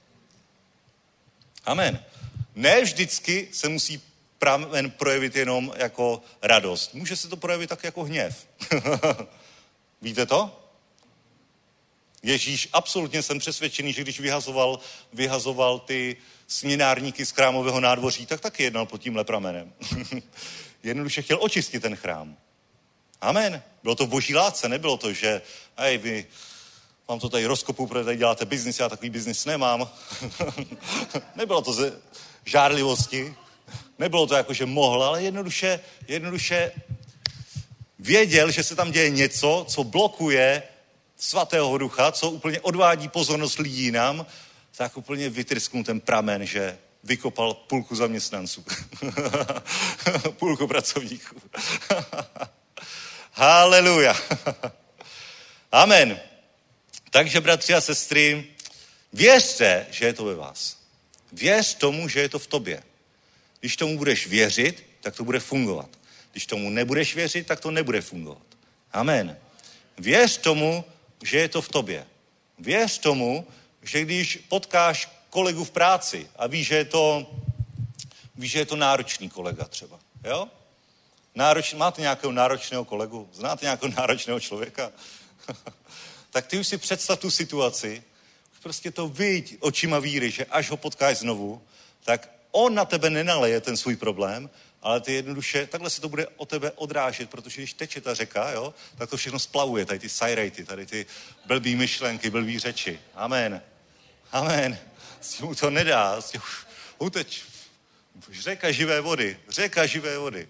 Amen. Ne vždycky se musí pramen projevit jenom jako radost. Může se to projevit tak jako hněv. Víte to? Ježíš, absolutně jsem přesvědčený, že když vyhazoval, vyhazoval ty směnárníky z chrámového nádvoří, tak taky jednal pod tímhle pramenem. Jednoduše chtěl očistit ten chrám. Amen. Bylo to v boží lásce, nebylo to, že hej, vy vám to tady rozkopu, protože tady děláte biznis, já takový biznis nemám. Nebylo to ze žárlivosti, nebylo to jako, že mohl, ale jednoduše, jednoduše věděl, že se tam děje něco, co blokuje svatého ducha, co úplně odvádí pozornost lidí jinam, tak úplně vytrysknul ten pramen, že vykopal půlku zaměstnanců. Půlku pracovníků. Haleluja. Amen. Takže, bratři a sestry, věřte, že je to ve vás. Věř tomu, že je to v tobě. Když tomu budeš věřit, tak to bude fungovat. Když tomu nebudeš věřit, tak to nebude fungovat. Amen. Věř tomu, že je to v tobě. Věř tomu, že když potkáš kolegu v práci a víš, že je to, víš, že je to náročný kolega třeba, jo? Nároč, máte nějakého náročného kolegu? Znáte nějakého náročného člověka? Tak ty už si představ tu situaci, prostě to viď očima víry, že až ho potkáš znovu, tak on na tebe nenaleje ten svůj problém, ale ty jednoduše, takhle se to bude o tebe odrážet, protože když teče ta řeka, jo, tak to všechno splavuje, tady ty sajrejty, tady ty blbý myšlenky, blbý řeči. Amen. Amen. S tím to nedá, s tím uteč. Řeka živé vody, řeka živé vody.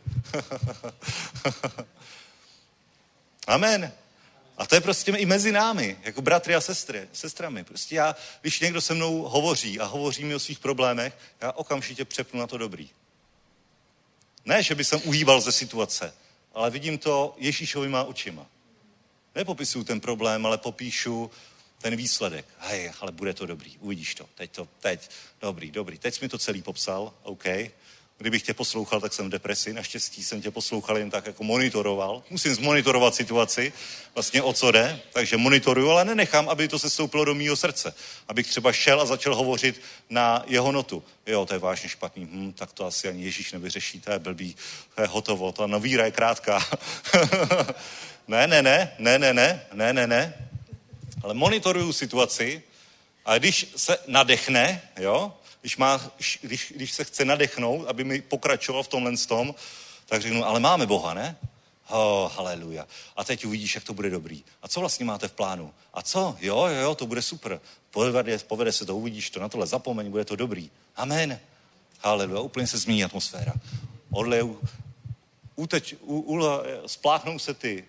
Amen. A to je prostě i mezi námi, jako bratry a sestry, sestrami. Prostě já, když někdo se mnou hovoří a hovoří mi o svých problémech, já okamžitě přepnu na to dobrý. Ne, že by jsem uhýbal ze situace, ale vidím to Ježíšovýma očima. Nepopisuju ten problém, ale popíšu ten výsledek. Hej, ale bude to dobrý, uvidíš to. Teď to, teď, dobrý, dobrý. Teď jsi mi to celý popsal, OK, Kdybych tě poslouchal, tak jsem v depresi. Naštěstí jsem tě poslouchal, jen tak jako monitoroval. Musím zmonitorovat situaci, vlastně o co jde, takže monitoruju, ale nenechám, aby to se stoupilo do mýho srdce. Abych třeba šel a začal hovořit na jeho notu. Jo, to je vážně špatný, hm, tak to asi ani Ježíš nevyřeší, to je blbý, to je hotovo, ta víra je krátká. ne, ne, ne, ne, ne, ne, ne, ne, ne. Ale monitoruju situaci a když se nadechne, jo, Když, má, když, když se chce nadechnout, aby mi pokračoval v tomhle tom, tak řeknu, ale máme Boha, ne? Oh, haleluja. A teď uvidíš, jak to bude dobrý. A co vlastně máte v plánu? A co? Jo, jo, jo, to bude super. Povede, povede se to, uvidíš to, na tohle zapomeň, bude to dobrý. Amen. Haleluja, úplně se změní atmosféra. Odleju, uteč, u, u, spláchnou se ty.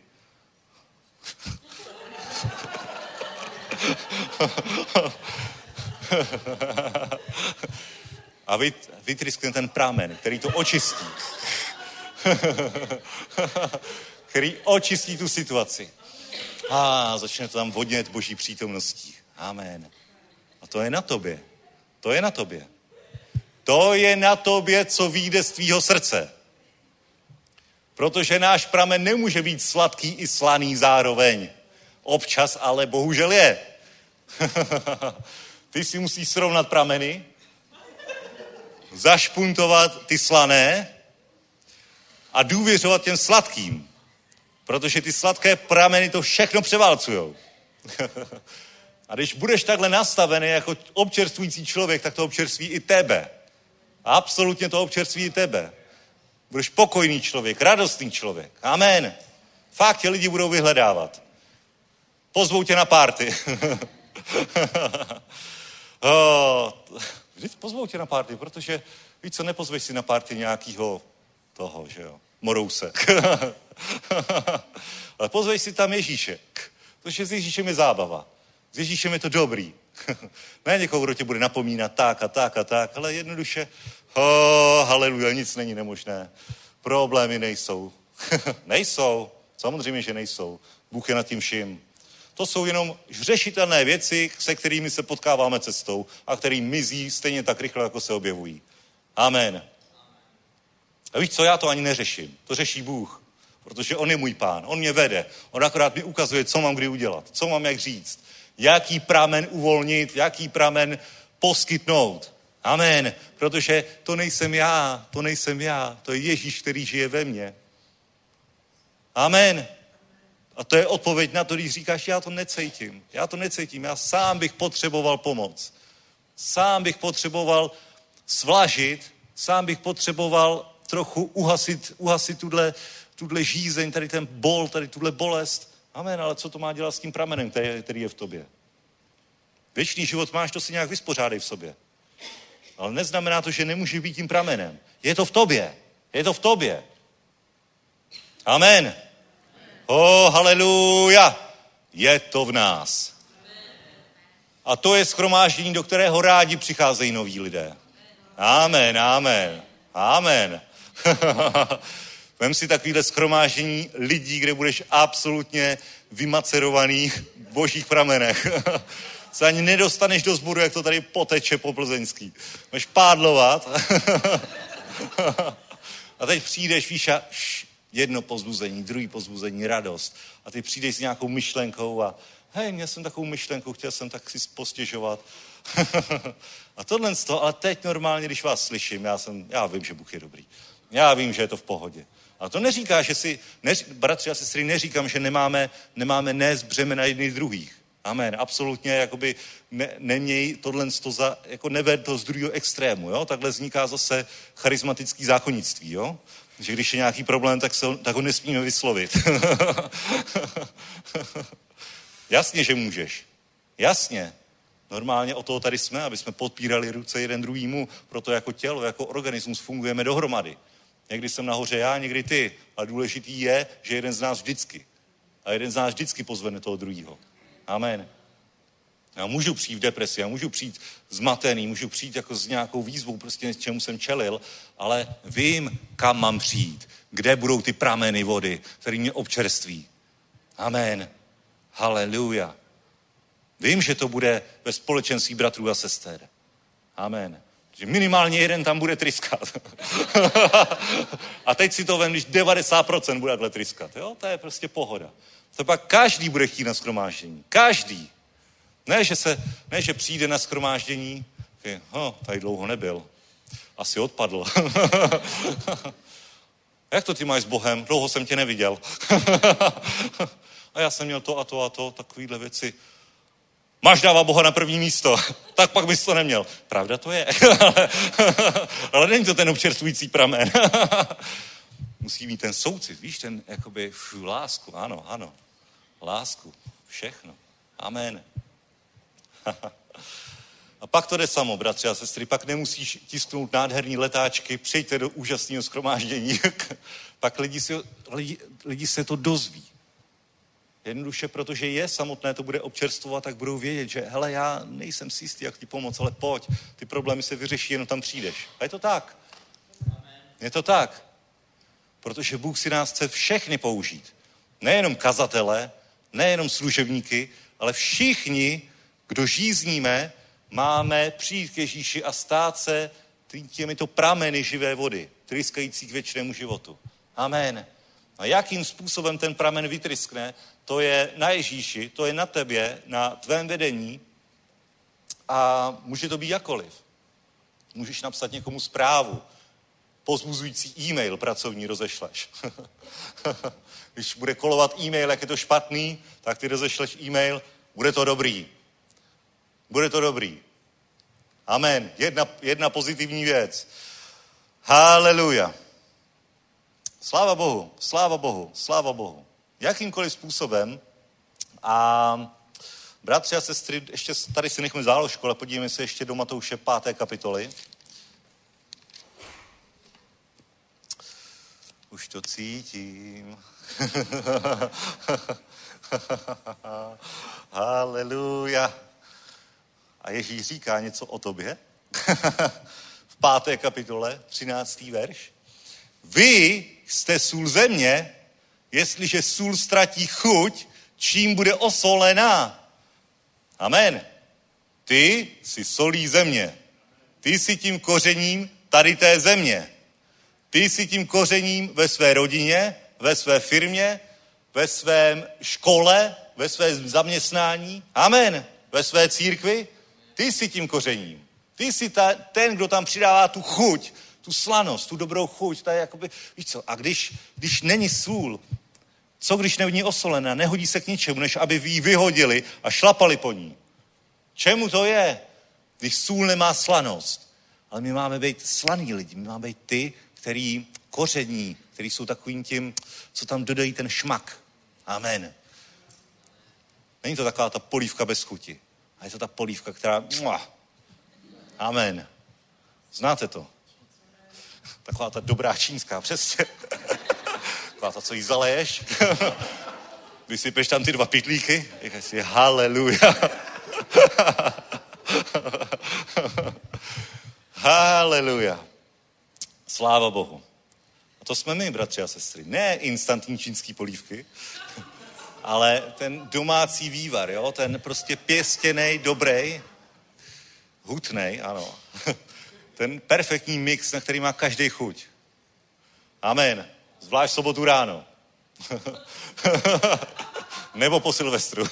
A vytryskne ten prámen, který to očistí. Který očistí tu situaci. A začne to tam vodnět boží přítomností. Amen. A to je na tobě. To je na tobě. To je na tobě, co vyjde z tvýho srdce. Protože náš pramen nemůže být sladký i slaný zároveň. Občas ale bohužel je. Ty si musíš srovnat prameny, zašpuntovat ty slané a důvěřovat těm sladkým. Protože ty sladké prameny to všechno převálcujou. A když budeš takhle nastavený jako občerstvující člověk, tak to občerství i tebe. Absolutně to občerství i tebe. Budeš pokojný člověk, radostný člověk. Amen. Fakt tě lidi budou vyhledávat. Pozvou tě na párty. oh, pozvou tě na párty, protože víš co, nepozveš si na párty nějakýho toho, že jo, Morouse. Ale pozveš si tam Ježíše, protože s Ježíšem je zábava. S Ježíšem je to dobrý. Ne někoho, kdo tě bude napomínat tak a tak a tak, ale jednoduše, oh, haleluja, nic není nemožné. Problémy nejsou. Nejsou. Samozřejmě, že nejsou. Bůh je nad tím vším. To jsou jenom řešitelné věci, se kterými se potkáváme cestou a který mizí stejně tak rychle, jako se objevují. Amen. A víš co, já to ani neřeším. To řeší Bůh, protože on je můj pán, on mě vede. On akorát mi ukazuje, co mám kdy udělat, co mám jak říct, jaký pramen uvolnit, jaký pramen poskytnout. Amen. Protože to nejsem já, to nejsem já, to je Ježíš, který žije ve mně. Amen. A to je odpověď na to, když říkáš, já to necítím, já to necítím, já sám bych potřeboval pomoc. Sám bych potřeboval svlažit, sám bych potřeboval trochu uhasit, uhasit tuhle, tuhle žízeň, tady ten bol, tady tuhle bolest. Amen, ale co to má dělat s tím pramenem, který, který je v tobě? Věčný život máš, to si nějak vyspořádej v sobě. Ale neznamená to, že nemůže být tím pramenem. Je to v tobě, je to v tobě. Amen. Oh, haleluja, je to v nás. A to je shromáždění, do kterého rádi přicházejí noví lidé. Amen, amen, amen. Vem si takovýhle shromáždění lidí, kde budeš absolutně vymacerovaný v božích pramenech. Se ani nedostaneš do sboru, jak to tady poteče po plzeňský. Máš pádlovat. A teď přijdeš, víš, a jedno pozbuzení, druhý pozbuzení, radost. A ty přijdeš s nějakou myšlenkou a hej, měl jsem takovou myšlenku, chtěl jsem tak si postěžovat. A tohle z toho, ale teď normálně, když vás slyším, já, jsem, já vím, že Bůh je dobrý. Já vím, že je to v pohodě. A to neříká, že si, neři, bratři a sestry, neříkám, že nemáme, nemáme nést břemena jedných druhých. Amen. Absolutně, jakoby ne, neměj tohle z toho za, jako neved to z druhého extrému, jo. Takhle vzniká zase charismatický zákonnictví, jo. Že když je nějaký problém, tak, se, tak ho nesmíme vyslovit. Jasně, že můžeš. Jasně. Normálně o toho tady jsme, aby jsme podpírali ruce jeden druhýmu, proto jako tělo, jako organismus fungujeme dohromady. Někdy jsem nahoře já, někdy ty, ale důležitý je, že jeden z nás vždycky. A jeden z nás vždycky pozvene toho druhýho. Amen. Já můžu přijít v depresi, já můžu přijít zmatený, můžu přijít jako s nějakou výzvou, prostě čemu jsem čelil, ale vím, kam mám přijít, kde budou ty prameny vody, které mě občerství. Amen. Haleluja. Vím, že to bude ve společenství bratrů a sester. Amen. Že minimálně jeden tam bude tryskat. A teď si to vem, když devadesát procent bude takhle tryskat. Jo? To je prostě pohoda. To pak každý bude chtít na shromáždění. Každý. Ne, že, se, ne, že přijde na shromáždění, okay, oh, tady dlouho nebyl. Asi odpadl. Jak to ty máš s Bohem? Dlouho jsem tě neviděl. A já jsem měl to a to a to, takovýhle věci. Máš dávat Boha na první místo. Tak pak bys to neměl. Pravda to je. ale, ale není to ten občerstvující pramen. Musí mít ten soucit, víš, ten jakoby fů, lásku. Ano, ano. Lásku. Všechno. Amen. A pak to jde samo, bratři a sestry. Pak nemusíš tisknout nádherný letáčky, přijďte do úžasného shromáždění. Pak lidi, si, lidi, lidi se to dozví. Jednoduše, protože je samotné, to bude občerstvovat, tak budou vědět, že hele, já nejsem si jistý, jak ti pomoct, ale pojď, ty problémy se vyřeší, jenom tam přijdeš. A je to tak. Je to tak. Protože Bůh si nás chce všechny použít. Nejenom kazatele, nejenom služebníky, ale všichni, kdo žízníme, máme přijít k Ježíši a stát se těmito prameny živé vody, tryskající k věčnému životu. Amen. A jakým způsobem ten pramen vytryskne, to je na Ježíši, to je na tebě, na tvém vedení a může to být jakoliv. Můžeš napsat někomu zprávu, pozbuzující e-mail pracovní rozešleš. Když bude kolovat e-mail, jak je to špatný, tak ty rozešleš e-mail, bude to dobrý. Bude to dobrý. Amen. Jedna, jedna pozitivní věc. Haleluja. Sláva Bohu, sláva Bohu, sláva Bohu. Jakýmkoliv způsobem. A bratři a sestry, ještě tady si nechme záložku, ale podívejme se ještě do Matouše páté kapitoly. Už to cítím. Haleluja. A Ježíš říká něco o tobě. V páté kapitole, třináctý verš. Vy jste sůl země, jestliže sůl ztratí chuť, čím bude osolená. Amen. Ty jsi solí země. Ty jsi tím kořením tady té země. Ty jsi tím kořením ve své rodině, ve své firmě, ve svém škole, ve svém zaměstnání. Amen. Ve své církvi. Ty jsi tím kořením. Ty jsi ta, ten, kdo tam přidává tu chuť, tu slanost, tu dobrou chuť. To je jakoby, víš co, a když, když není sůl, co když není osolená, nehodí se k ničemu, než aby ji vyhodili a šlapali po ní. Čemu to je, když sůl nemá slanost? Ale my máme být slaný lidi, my máme být ty, který koření, který jsou takovým tím, co tam dodají ten šmak. Amen. Není to taková ta polívka bez chuti. A je to ta polívka, která... Amen. Znáte to? Taková ta dobrá čínská, přesně. Taková ta, co jí zaleješ. Vysypeš tam ty dva pytlíky. Říkáš si, haleluja. Haleluja. Sláva Bohu. A to jsme my, bratři a sestry. Ne instantní čínský polívky, ale ten domácí vývar, jo? Ten prostě pěstěnej, dobrý, hutnej, ano. Ten perfektní mix, na který má každý chuť. Amen. Zvlášť v sobotu ráno. Nebo po Silvestru.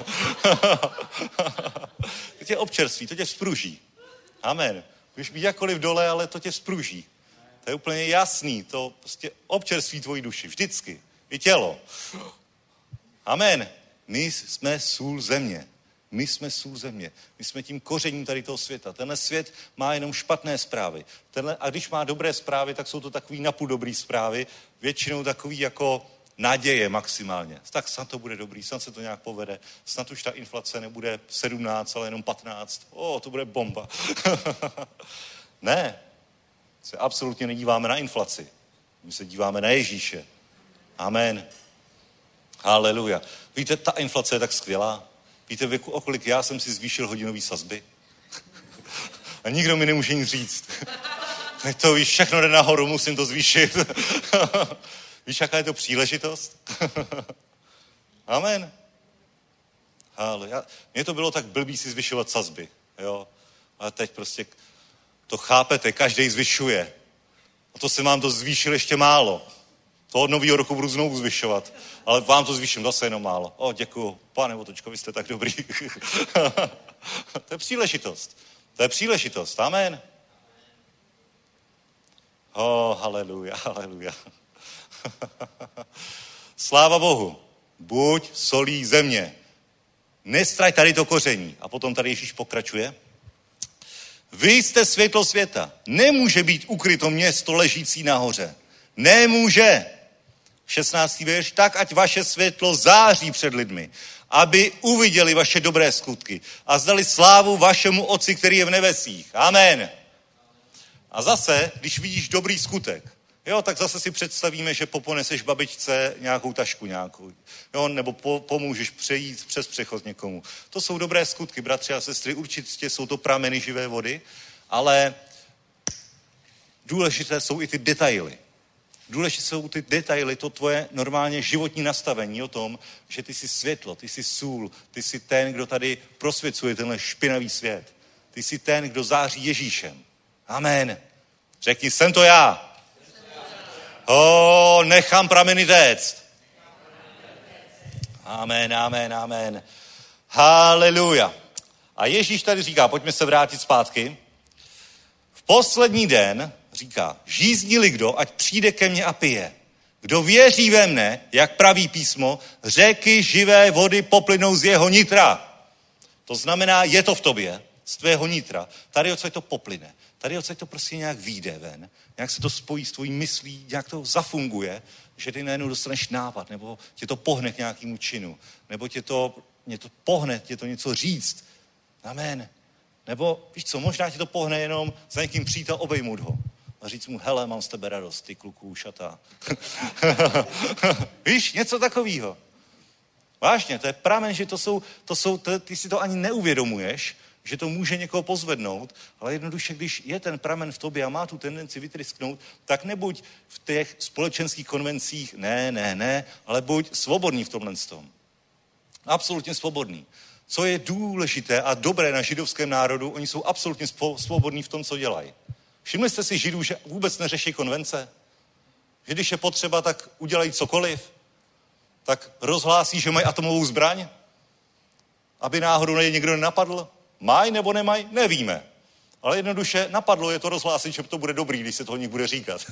To tě občerství, to tě vzpruží. Amen. Můžeš být jakkoliv dole, ale to tě vzpruží. To je úplně jasný. To prostě občerství tvojí duši. Vždycky. I tělo. Amen. My jsme sůl země. My jsme sůl země. My jsme tím kořením tady toho světa. Tenhle svět má jenom špatné zprávy. Tenhle, a když má dobré zprávy, tak jsou to takový napůl dobrý zprávy. Většinou takový jako naděje maximálně. Tak snad to bude dobrý, snad se to nějak povede. Snad už ta inflace nebude sedmnáct, ale jenom patnáct. O, to bude bomba. Ne. Se absolutně nedíváme na inflaci. My se díváme na Ježíše. Amen. Haleluja. Víte, ta inflace je tak skvělá. Víte, věku, o kolik já jsem si zvýšil hodinový sazby? A nikdo mi nemůže nic říct. Tak to víš, všechno jde nahoru, musím to zvýšit. Víš, jaká je to příležitost? Amen. Ale já, mně to bylo tak blbý si zvyšovat sazby. Jo? Ale teď prostě To chápete, každý zvyšuje. A to se vám to zvýšil ještě málo. To od nového roku budu znovu zvyšovat. Ale vám to zvýším zase jenom málo. O, děkuju. Pane Votočko, vy jste tak dobrý. To je příležitost. To je příležitost. Amen. O, haleluja, haleluja. Sláva Bohu. Buď solí země. Nestrať tady to koření. A potom tady Ježíš pokračuje. Vy jste světlo světa. Nemůže být ukryto město ležící nahoře. Nemůže. šestnáctý verš. Tak ať vaše světlo září před lidmi, aby uviděli vaše dobré skutky a zdali slávu vašemu Otci, který je v nebesích. Amen. A zase, když vidíš dobrý skutek, jo, tak zase si představíme, že poponeseš babičce nějakou tašku nějakou, jo, nebo po, pomůžeš přejít přes přechod někomu. To jsou dobré skutky, bratři a sestry, určitě jsou to prameny živé vody, ale důležité jsou i ty detaily. Důležité jsou ty detaily, to tvoje normálně životní nastavení o tom, že ty jsi světlo, ty jsi sůl, ty jsi ten, kdo tady prosvěcuje tenhle špinavý svět. Ty jsi ten, kdo září Ježíšem. Amen. Řekni, jsem to já. O, nechám prameny téct. Amen, amen, amen. Haleluja. A Ježíš tady říká, pojďme se vrátit zpátky. V poslední den říká, žízní-li kdo, ať přijde ke mně a pije. Kdo věří ve mne, jak praví písmo, řeky živé vody poplynou z jeho nitra. To znamená, je to v tobě, z tvého nitra. Tady odsaď to poplyne. Tady odsaď to prostě nějak vyjde ven. Nějak se to spojí s tvojí myslí, nějak to zafunguje, že ty najednou dostaneš nápad, nebo tě to pohne k nějakému činu, nebo tě to, mě to pohne, tě to něco říct. Amen. Nebo, víš co, možná tě to pohne jenom za někým přítel obejmout ho. A říct mu, hele, mám z tebe radost, ty kluku, šatá. Víš, něco takového. Vážně, to je pramen, že to jsou, to jsou to, ty si to ani neuvědomuješ, že to může někoho pozvednout, ale jednoduše, když je ten pramen v tobě a má tu tendenci vytrysknout, tak nebuď v těch společenských konvencích, ne, ne, ne, ale buď svobodný v tomhle tom. Absolutně svobodný. Co je důležité a dobré na židovském národu, oni jsou absolutně svobodní v tom, co dělají. Všimli jste si Židů, že vůbec neřeší konvence? Že když je potřeba, tak udělají cokoliv? Tak rozhlásí, že mají atomovou zbraň? Aby náhodou někdo nenapadl? Mají nebo nemají? Nevíme. Ale jednoduše napadlo je to rozhlásit, že to bude dobrý, když se to o nich bude říkat.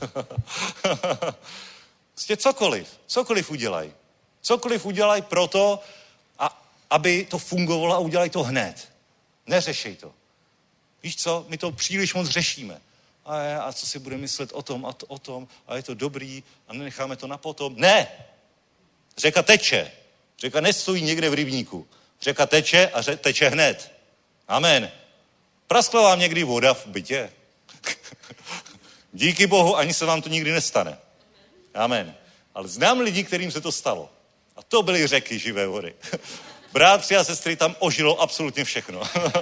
Prostě cokoliv. Cokoliv udělají. Cokoliv udělají proto, a, aby to fungovalo a udělají to hned. Neřešej to. Víš co? My to příliš moc řešíme. A, je, a co si bude myslet o tom a to, o tom a je to dobrý a nenecháme to na potom. Ne! Řeka teče. Řeka nestojí někde v rybníku. Řeka teče a ře, teče hned. Amen. Praskla vám někdy voda v bytě? Díky Bohu, ani se vám to nikdy nestane. Amen. Ale znám lidi, kterým se to stalo. A to byly řeky živé vody. Bratři a sestry, tam ožilo absolutně všechno.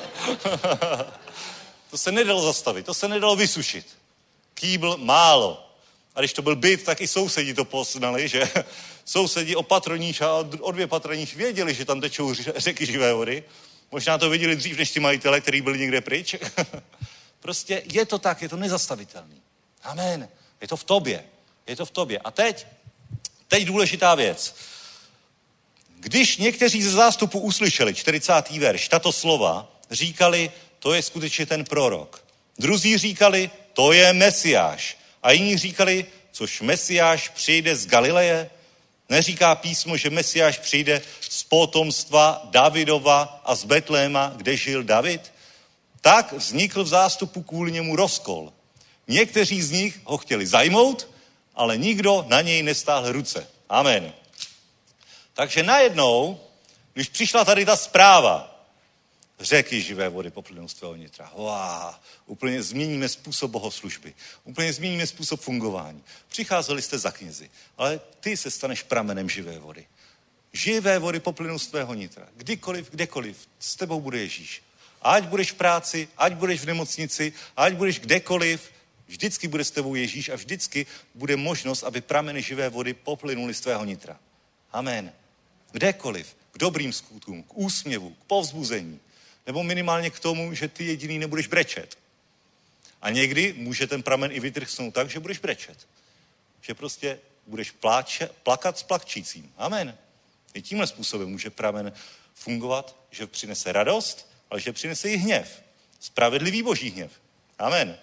To se nedalo zastavit, to se nedalo vysušit. Kýbl málo. A když to byl byt, tak i sousedi to poznali, že sousedi o patroníž a o dvě patroníž věděli, že tam tečou řeky živé vody. Možná to viděli dřív než ti majitele, kteří byli někde pryč. Prostě je to tak, je to nezastavitelný. Amen. Je to v tobě. Je to v tobě. A teď, teď důležitá věc. Když někteří ze zástupu uslyšeli, čtyřicátý verš, tato slova, říkali, to je skutečně ten prorok. Druzí říkali, to je Mesiáš. A jiní říkali, což Mesiáš přijde z Galileje. Neříká písmo, že Mesiáš přijde z potomstva Davidova a z Betléma, kde žil David? Tak vznikl v zástupu kvůli němu rozkol. Někteří z nich ho chtěli zajmout, ale nikdo na něj nestáhl ruce. Amen. Takže najednou, když přišla tady ta zpráva, řeky živé vody poplynou z tvého nitra. Wow, úplně změníme způsob bohoslužby. Úplně změníme způsob fungování. Přicházeli jste za knězi, ale ty se staneš pramenem živé vody. Živé vody poplynou z tvého nitra. Kdykoliv, kdekoliv, s tebou bude Ježíš. Ať budeš v práci, ať budeš v nemocnici, ať budeš kdekoliv, vždycky bude s tebou Ježíš a vždycky bude možnost, aby prameny živé vody poplynuly z tvého nitra. Amen. Kdekoliv, k dobrým skutkům, k úsměvu, k povzbuzení. Nebo minimálně k tomu, že ty jediný nebudeš brečet. A někdy může ten pramen i vytrhnout tak, že budeš brečet. Že prostě budeš pláče, plakat s plakčícím. Amen. I tímhle způsobem může pramen fungovat, že přinese radost, ale že přinese i hněv. Spravedlivý boží hněv. Amen.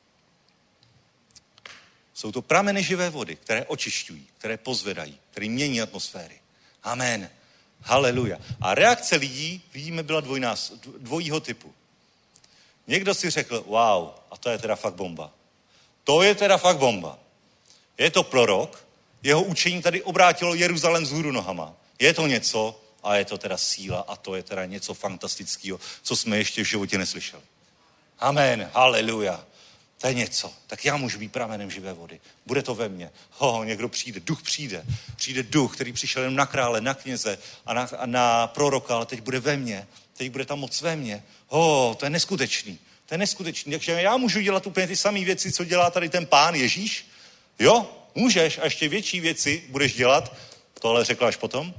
Jsou to prameny živé vody, které očišťují, které pozvedají, které mění atmosféry. Amen. Haleluja. A reakce lidí, vidíme, byla dvojnás, dvojího typu. Někdo si řekl, wow, a to je teda fakt bomba. To je teda fakt bomba. Je to prorok, jeho učení tady obrátilo Jeruzalém vzhůru nohama. Je to něco a je to teda síla a to je teda něco fantastického, co jsme ještě v životě neslyšeli. Amen, haleluja. To je něco. Tak já můžu být pramenem živé vody. Bude to ve mně. Ho, někdo přijde, duch přijde. Přijde duch, který přišel jenom na krále, na kněze a na, a na proroka, ale teď bude ve mně. Teď bude tam moc ve mně. Ho, to je neskutečný. To je neskutečný. Takže já můžu dělat úplně ty samé věci, co dělá tady ten pán Ježíš. Jo, můžeš a ještě větší věci budeš dělat. Tohle řekl až potom.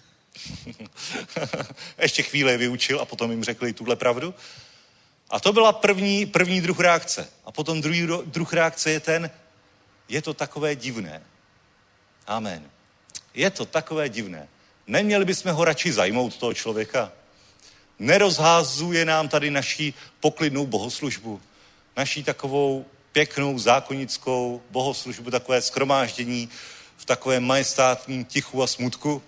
Ještě chvíli je vyučil a potom jim řekli tuhle pravdu. A to byla první, první druh reakce. A potom druhý druh reakce je ten, je to takové divné. Amen. Je to takové divné. Neměli bychom ho radši zajmout, toho člověka? Nerozházuje nám tady naší poklidnou bohoslužbu. Naší takovou pěknou zákonickou bohoslužbu, takové shromáždění v takovém majestátním tichu a smutku.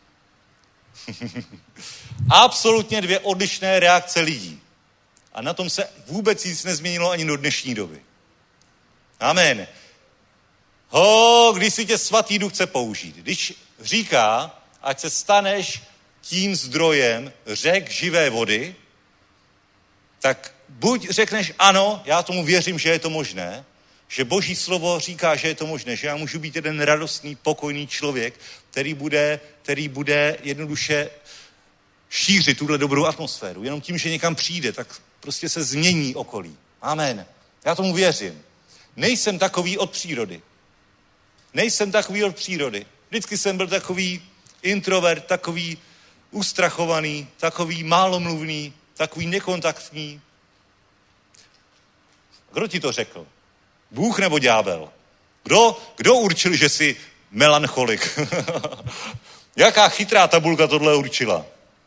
Absolutně dvě odlišné reakce lidí. A na tom se vůbec nic nezměnilo ani do dnešní doby. Amen. Ho, když si tě svatý duch chce použít. Když říká, ať se staneš tím zdrojem řek živé vody, tak buď řekneš ano, já tomu věřím, že je to možné, že Boží slovo říká, že je to možné, že já můžu být jeden radostný, pokojný člověk, který bude, který bude jednoduše šířit tuhle dobrou atmosféru. Jenom tím, že někam přijde, tak prostě se změní okolí. Amen. Já tomu věřím. Nejsem takový od přírody. Nejsem takový od přírody. Vždycky jsem byl takový introvert, takový ustrachovaný, takový málomluvný, takový nekontaktní. Kdo ti to řekl? Bůh nebo ďábel? Kdo, kdo určil, že jsi melancholik? Jaká chytrá tabulka tohle určila?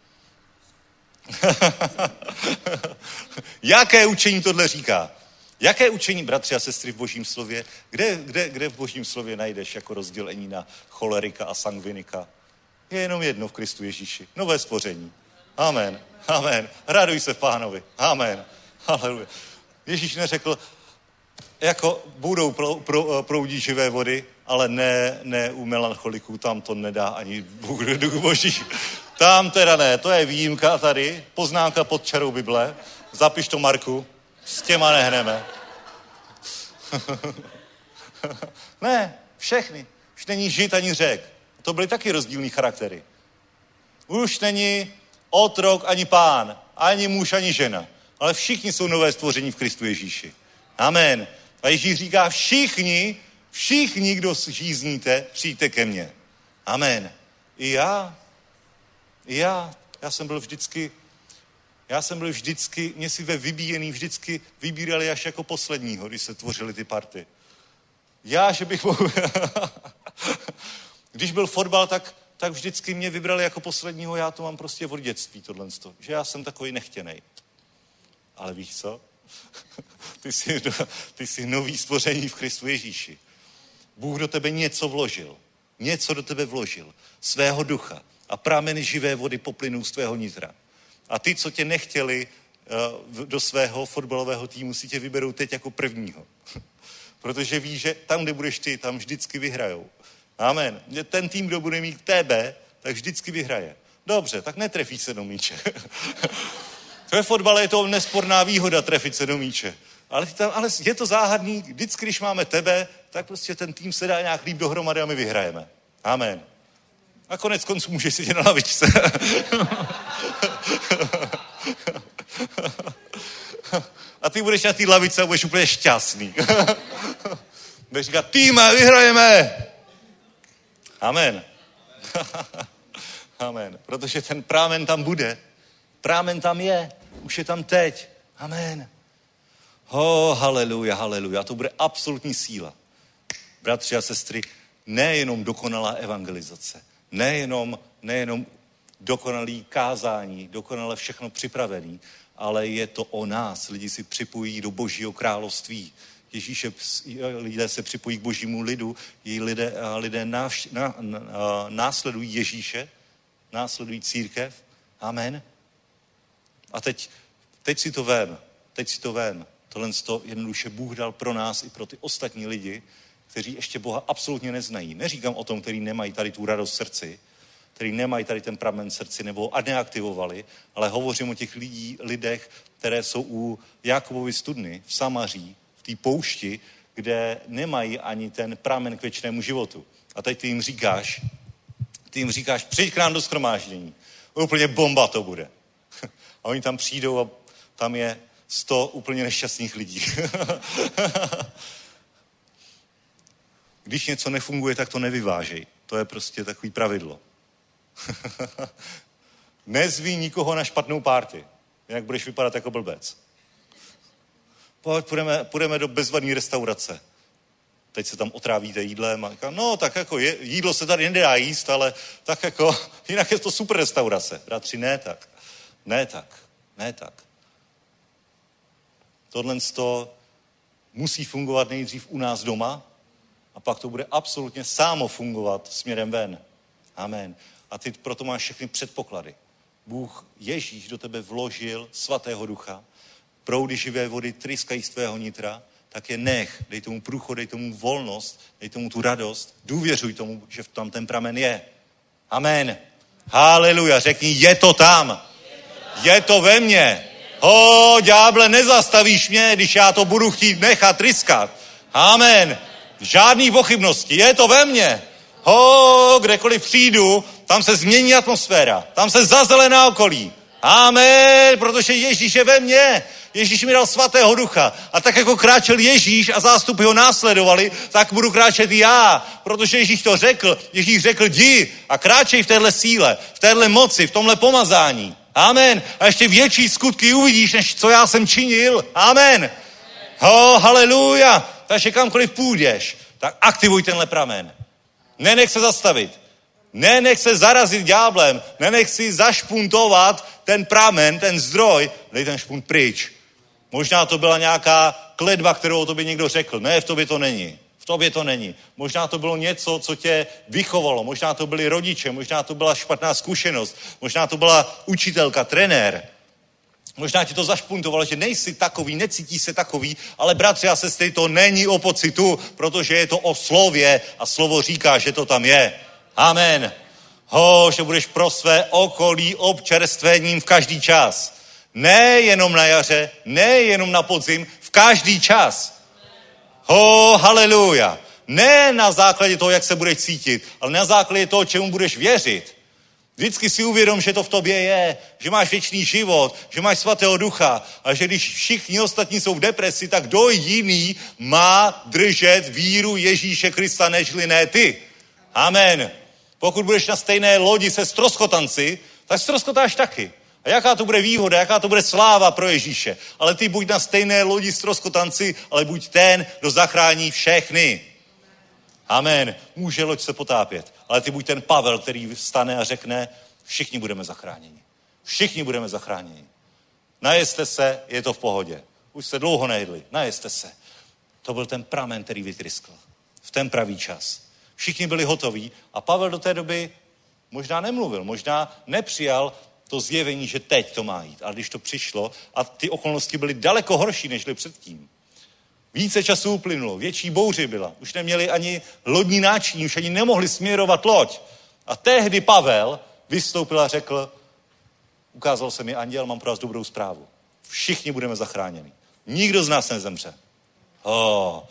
Jaké učení tohle říká? Jaké učení, bratři a sestry, v Božím slově? Kde, kde, kde v Božím slově najdeš jako rozdělení na cholerika a sangvinika? Je jenom jedno v Kristu Ježíši. Nové stvoření. Amen. Amen. Raduj se v Pánovi. Amen. Haleluja. Ježíš neřekl, jako budou proudit živé vody, ale ne, ne u melancholiků, tam to nedá ani Bůh, Duch Boží. Tam teda ne, to je výjimka tady, poznámka pod čarou Bible, zapiš to, Marku, s těma nehneme. Ne, všechny. Už není žid ani řek. To byly taky rozdílný charaktery. Už není otrok ani pán, ani muž, ani žena. Ale všichni jsou nové stvoření v Kristu Ježíši. Amen. A Ježíš říká, všichni, všichni, kdo žízníte, přijďte ke mně. Amen. I já, i já, já jsem byl vždycky, já jsem byl vždycky, mě si ve vybíjený vždycky vybírali až jako posledního, když se tvořily ty party. Já, že bych mohl... Když byl fotbal, tak, tak vždycky mě vybrali jako posledního, já to mám prostě od dětství, tohle, že já jsem takový nechtěnej. Ale víš co? Ty jsi, ty jsi nový stvoření v Kristu Ježíši. Bůh do tebe něco vložil. Něco do tebe vložil. Svého ducha. A prameny živé vody poplynou z tvého nitra. A ty, co tě nechtěli uh, do svého fotbalového týmu, si tě vyberou teď jako prvního. Protože ví, že tam, kde budeš ty, tam vždycky vyhrajou. Amen. Ten tým, kdo bude mít tebe, tak vždycky vyhraje. Dobře, tak netrefíš se do míče. Ve fotbale je to nesporná výhoda trefit se do míče. Ale, tam, ale je to záhadný, vždycky, když máme tebe, tak prostě ten tým se dá nějak líp dohromady a my vyhrajeme. Amen. A konec konců můžeš sedět na lavičce. A ty budeš na té lavice a budeš úplně šťastný. Budeš říkat, týme, vyhrajeme. Amen. Amen. Protože ten prámen tam bude. Prámen tam je. Už je tam teď. Amen. Oh, haleluja, haleluja. To bude absolutní síla. Bratři a sestry, nejenom dokonalá evangelizace, nejenom, nejenom dokonalý kázání, dokonale všechno připravený, ale je to o nás. Lidi si připojí do Božího království. Ježíše, lidé se připojí k Božímu lidu, lidé, lidé návš, ná, následují Ježíše, následují církev. Amen. A teď, teď si to vem, teď si to vem. Tohle to jednoduše Bůh dal pro nás i pro ty ostatní lidi, kteří ještě Boha absolutně neznají. Neříkám o tom, kteří nemají tady tu radost v srdci, kteří nemají tady ten pramen v srdci nebo a neaktivovali, ale hovořím o těch lidí, lidech, které jsou u Jakobovy studny v Samaří, v té poušti, kde nemají ani ten pramen k věčnému životu. A teď ty jim říkáš, ty jim říkáš, přijď k nám do shromáždění. Úplně bomba to bude. A oni tam přijdou a tam je sto úplně nešťastných lidí. Když něco nefunguje, tak to nevyvážej. To je prostě takový pravidlo. Nezví nikoho na špatnou párty, jinak budeš vypadat jako blbec. Pojď, půjdeme, půjdeme do bezvadné restaurace. Teď se tam otrávíte jídlem a říká, no tak jako je, jídlo se tady nedá jíst, ale tak jako, jinak je to super restaurace. Bratři, ne tak. Ne tak. Ne tak. Tohle to musí fungovat nejdřív u nás doma a pak to bude absolutně sámo fungovat směrem ven. Amen. A ty proto máš všechny předpoklady. Bůh Ježíš do tebe vložil svatého ducha, proudy živé vody tryskají z tvého nitra, tak je nech, dej tomu průchod, dej tomu volnost, dej tomu tu radost, důvěřuj tomu, že tam ten pramen je. Amen. Haleluja, řekni, je to tam. Je to ve mně. Ho, ďáble, nezastavíš mě, když já to budu chtít nechat tryskat. Amen. Žádný pochybnosti, je to ve mně. Ho, kdekoliv přijdu, tam se změní atmosféra, tam se zazelená okolí. Amen, protože Ježíš je ve mně. Ježíš mi dal svatého ducha. A tak jako kráčel Ježíš a zástupy ho následovali, tak budu kráčet i já. Protože Ježíš to řekl. Ježíš řekl, jdi a kráčej v téhle síle, v téhle moci, v tomhle pomazání. Amen. A ještě větší skutky uvidíš, než co já jsem činil. Amen. Ho, haleluja. Takže kamkoliv půjdeš, tak aktivuj tenhle pramen. Nenech se zastavit. Nenech se zarazit ďáblem. Nenech si zašpuntovat ten pramen, ten zdroj. Dej ten špunt pryč. Možná to byla nějaká kletba, kterou o tobě někdo řekl. Ne, v tobě to není. V tobě to není. Možná to bylo něco, co tě vychovalo. Možná to byli rodiče. Možná to byla špatná zkušenost. Možná to byla učitelka, trenér. Možná ti to zašpuntovalo, že nejsi takový, necítí se takový, ale bratři a sestry, to není o pocitu, protože je to o slově a slovo říká, že to tam je. Amen. Ho, že budeš pro své okolí občerstvením v každý čas. Ne jenom na jaře, ne jenom na podzim, v každý čas. Ho, haleluja. Ne na základě toho, jak se budeš cítit, ale na základě toho, čemu budeš věřit. Vždycky si uvědom, že to v tobě je, že máš věčný život, že máš svatého ducha a že když všichni ostatní jsou v depresi, tak kdo jiný má držet víru Ježíše Krista, nežli ne ty. Amen. Pokud budeš na stejné lodi se ztroskotanci, tak ztroskotáš taky. A jaká to bude výhoda, jaká to bude sláva pro Ježíše. Ale ty buď na stejné lodi ztroskotanci, ale buď ten, kdo zachrání všechny. Amen. Může loď se potápět, ale ty buď ten Pavel, který vstane a řekne, všichni budeme zachráněni. Všichni budeme zachráněni. Najeste se, je to v pohodě. Už jste dlouho nejedli, najeste se. To byl ten pramen, který vytryskl. V ten pravý čas. Všichni byli hotoví a Pavel do té doby možná nemluvil, možná nepřijal to zjevení, že teď to má jít. Ale když to přišlo a ty okolnosti byly daleko horší, než byly předtím. Více času uplynulo, větší bouře byla. Už neměli ani lodní náčiní, už ani nemohli směrovat loď. A tehdy Pavel vystoupil a řekl, ukázal se mi anděl, mám pro vás dobrou zprávu. Všichni budeme zachráněni. Nikdo z nás nezemře. Oh.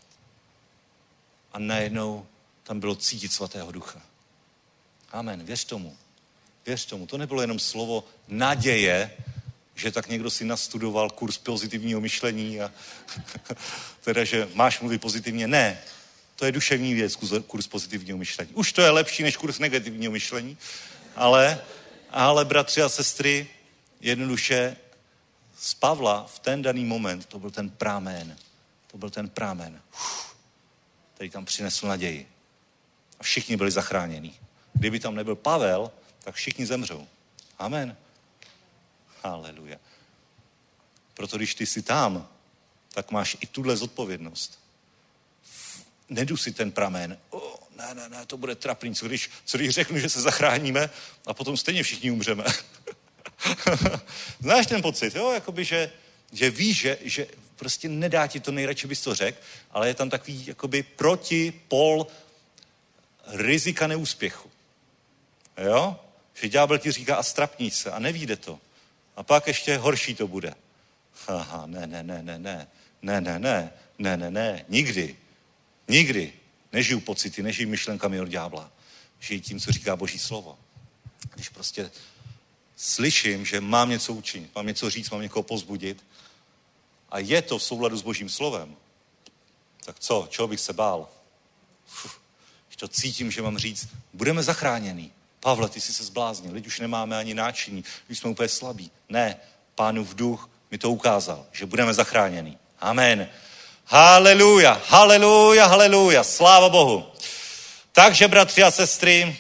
A najednou tam bylo cítit svatého ducha. Amen, věř tomu. Věř tomu. To nebylo jenom slovo naděje, že tak někdo si nastudoval kurz pozitivního myšlení a teda, že máš mluvit pozitivně. Ne, to je duševní věc, kurz pozitivního myšlení. Už to je lepší než kurz negativního myšlení, ale, ale bratři a sestry, jednoduše z Pavla v ten daný moment to byl ten pramen. To byl ten pramen, který tam přinesl naději. A všichni byli zachráněni. Kdyby tam nebyl Pavel, tak všichni zemřou. Amen. Haleluja. Proto když ty jsi tam, tak máš i tuhle zodpovědnost. Nedu si ten pramen. Oh, ne, ne, ne, to bude trapný. Co když, co když řeknu, že se zachráníme a potom stejně všichni umřeme. Znáš ten pocit, jo? Jakoby, že, že víš, že, že prostě nedá ti to, nejradši bys to řekl, ale je tam takový jakoby protipol rizika neúspěchu. Jo? Že ďábel ti říká a strapní se a nevíde to. A pak ještě horší to bude. Aha, ne, ne, ne, ne, ne, ne, ne, ne, ne, ne, ne, nikdy, nikdy nežiju pocity, nežiju myšlenkami od ďábla. Žiju tím, co říká Boží slovo. Když prostě slyším, že mám něco učinit, mám něco říct, mám někoho povzbudit a je to v souladu s Božím slovem, tak co, čeho bych se bál? Uf, když to cítím, že mám říct, budeme zachráněni. Pavle, ty jsi se zbláznil, lidi už nemáme ani náčiní, už jsme úplně slabí. Ne, Pánův duch mi to ukázal, že budeme zachráněni. Amen. Haleluja, haleluja, haleluja, sláva Bohu. Takže, bratři a sestry,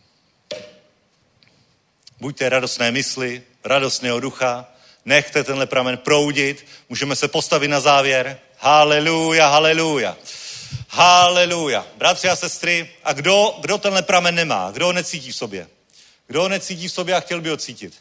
buďte radostné mysli, radostného ducha, nechte tenhle pramen proudit, můžeme se postavit na závěr. Haleluja, haleluja, haleluja. Bratři a sestry, a kdo, kdo tenhle pramen nemá? Kdo ho necítí v sobě? Kdo ho necítí v sobě a chtěl by ho cítit?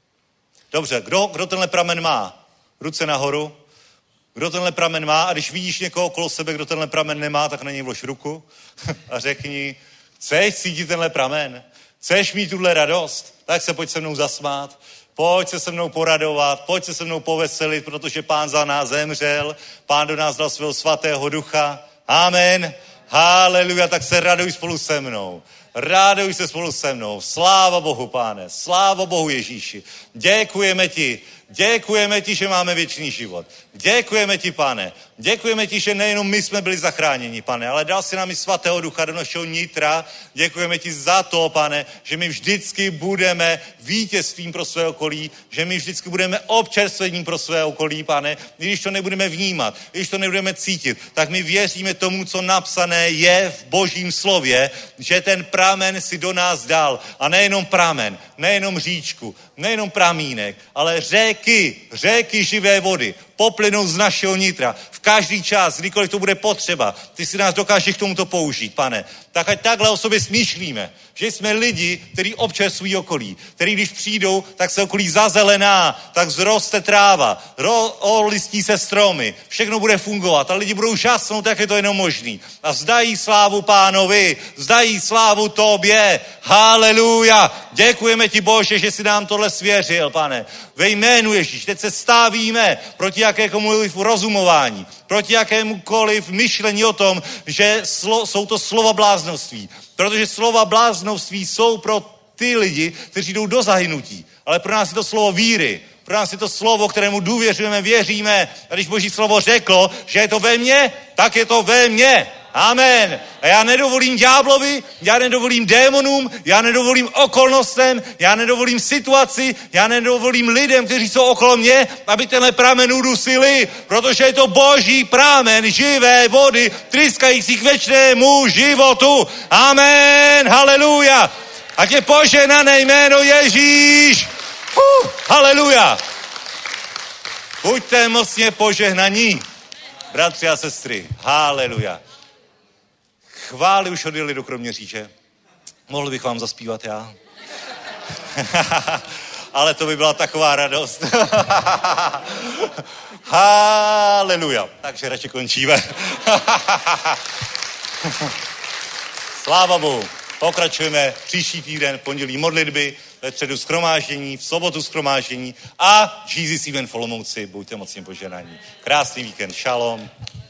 Dobře, kdo, kdo tenhle pramen má? Ruce nahoru. Kdo tenhle pramen má? A když vidíš někoho okolo sebe, kdo tenhle pramen nemá, tak na něj vlož ruku a řekni, chceš cítit tenhle pramen? Chceš mít tuhle radost? Tak se pojď se mnou zasmát. Pojď se se mnou poradovat, pojď se se mnou poveselit, protože Pán za nás zemřel, Pán do nás dal svého svatého ducha. Amen. Haleluja, tak se raduj spolu se mnou. Ráduj se spolu se mnou. Sláva Bohu, Páne. Sláva Bohu, Ježíši. Děkujeme ti. Děkujeme ti, že máme věčný život. Děkujeme ti, Pane. Děkujeme ti, že nejenom my jsme byli zachráněni, Pane, ale dal si nám i svatého ducha do našeho nitra. Děkujeme ti za to, Pane, že my vždycky budeme vítězstvím pro své okolí, že my vždycky budeme občerstvením pro své okolí, Pane. I když to nebudeme vnímat, i když to nebudeme cítit, tak my věříme tomu, co napsané je v Božím slově, že ten pramen si do nás dal. A nejenom pramen, nejenom říčku, nejenom pramínek, ale řeky, řeky živé vody poplynou z našeho nitra v každý čas, kdykoliv to bude potřeba. Ty si nás dokážeš k tomuto použít, Pane. Tak ať takhle o sobě smýšlíme, že jsme lidi, kteří občerstvují okolí, který když přijdou, tak se okolí zazelená, tak zroste tráva, ro, olistí se stromy, všechno bude fungovat a lidi budou žasnout, jak je to jenom možný. A vzdají slávu Pánovi, vzdají slávu tobě. Haleluja. Děkujeme ti, Bože, že jsi nám tohle svěřil, Pane. Ve jménu Ježíš, teď se stavíme proti jakémukoliv rozumování, proti jakémukoliv myšlení o tom, že slo, jsou to slova bláznoství. Protože slova bláznoství jsou pro ty lidi, kteří jdou do zahynutí. Ale pro nás je to slovo víry. Pro nás je to slovo, kterému důvěřujeme, věříme. A když Boží slovo řeklo, že je to ve mně, tak je to ve mně. Amen. A já nedovolím ďáblovi, já nedovolím démonům, já nedovolím okolnostem, já nedovolím situaci, já nedovolím lidem, kteří jsou okolo mě, aby tenhle pramen udusili, protože je to Boží pramen živé vody, tryskající k věčnému životu. Amen. Haleluja. Ať je požehnané jméno Ježíš. Uh, haleluja. Buďte mocně požehnaní, bratři a sestry. Haleluja. Chvály už odjeli do Kroměříže. Mohl bych vám zaspívat já. Ale to by byla taková radost. Haleluja. Takže radši končíme. Sláva Bohu. Pokračujeme příští týden, pondělí modlitby, ve středu shromáždění, v sobotu shromáždění a Jesus Event v Olomouci. Buďte mocně požehnaní. Krásný víkend. Šalom.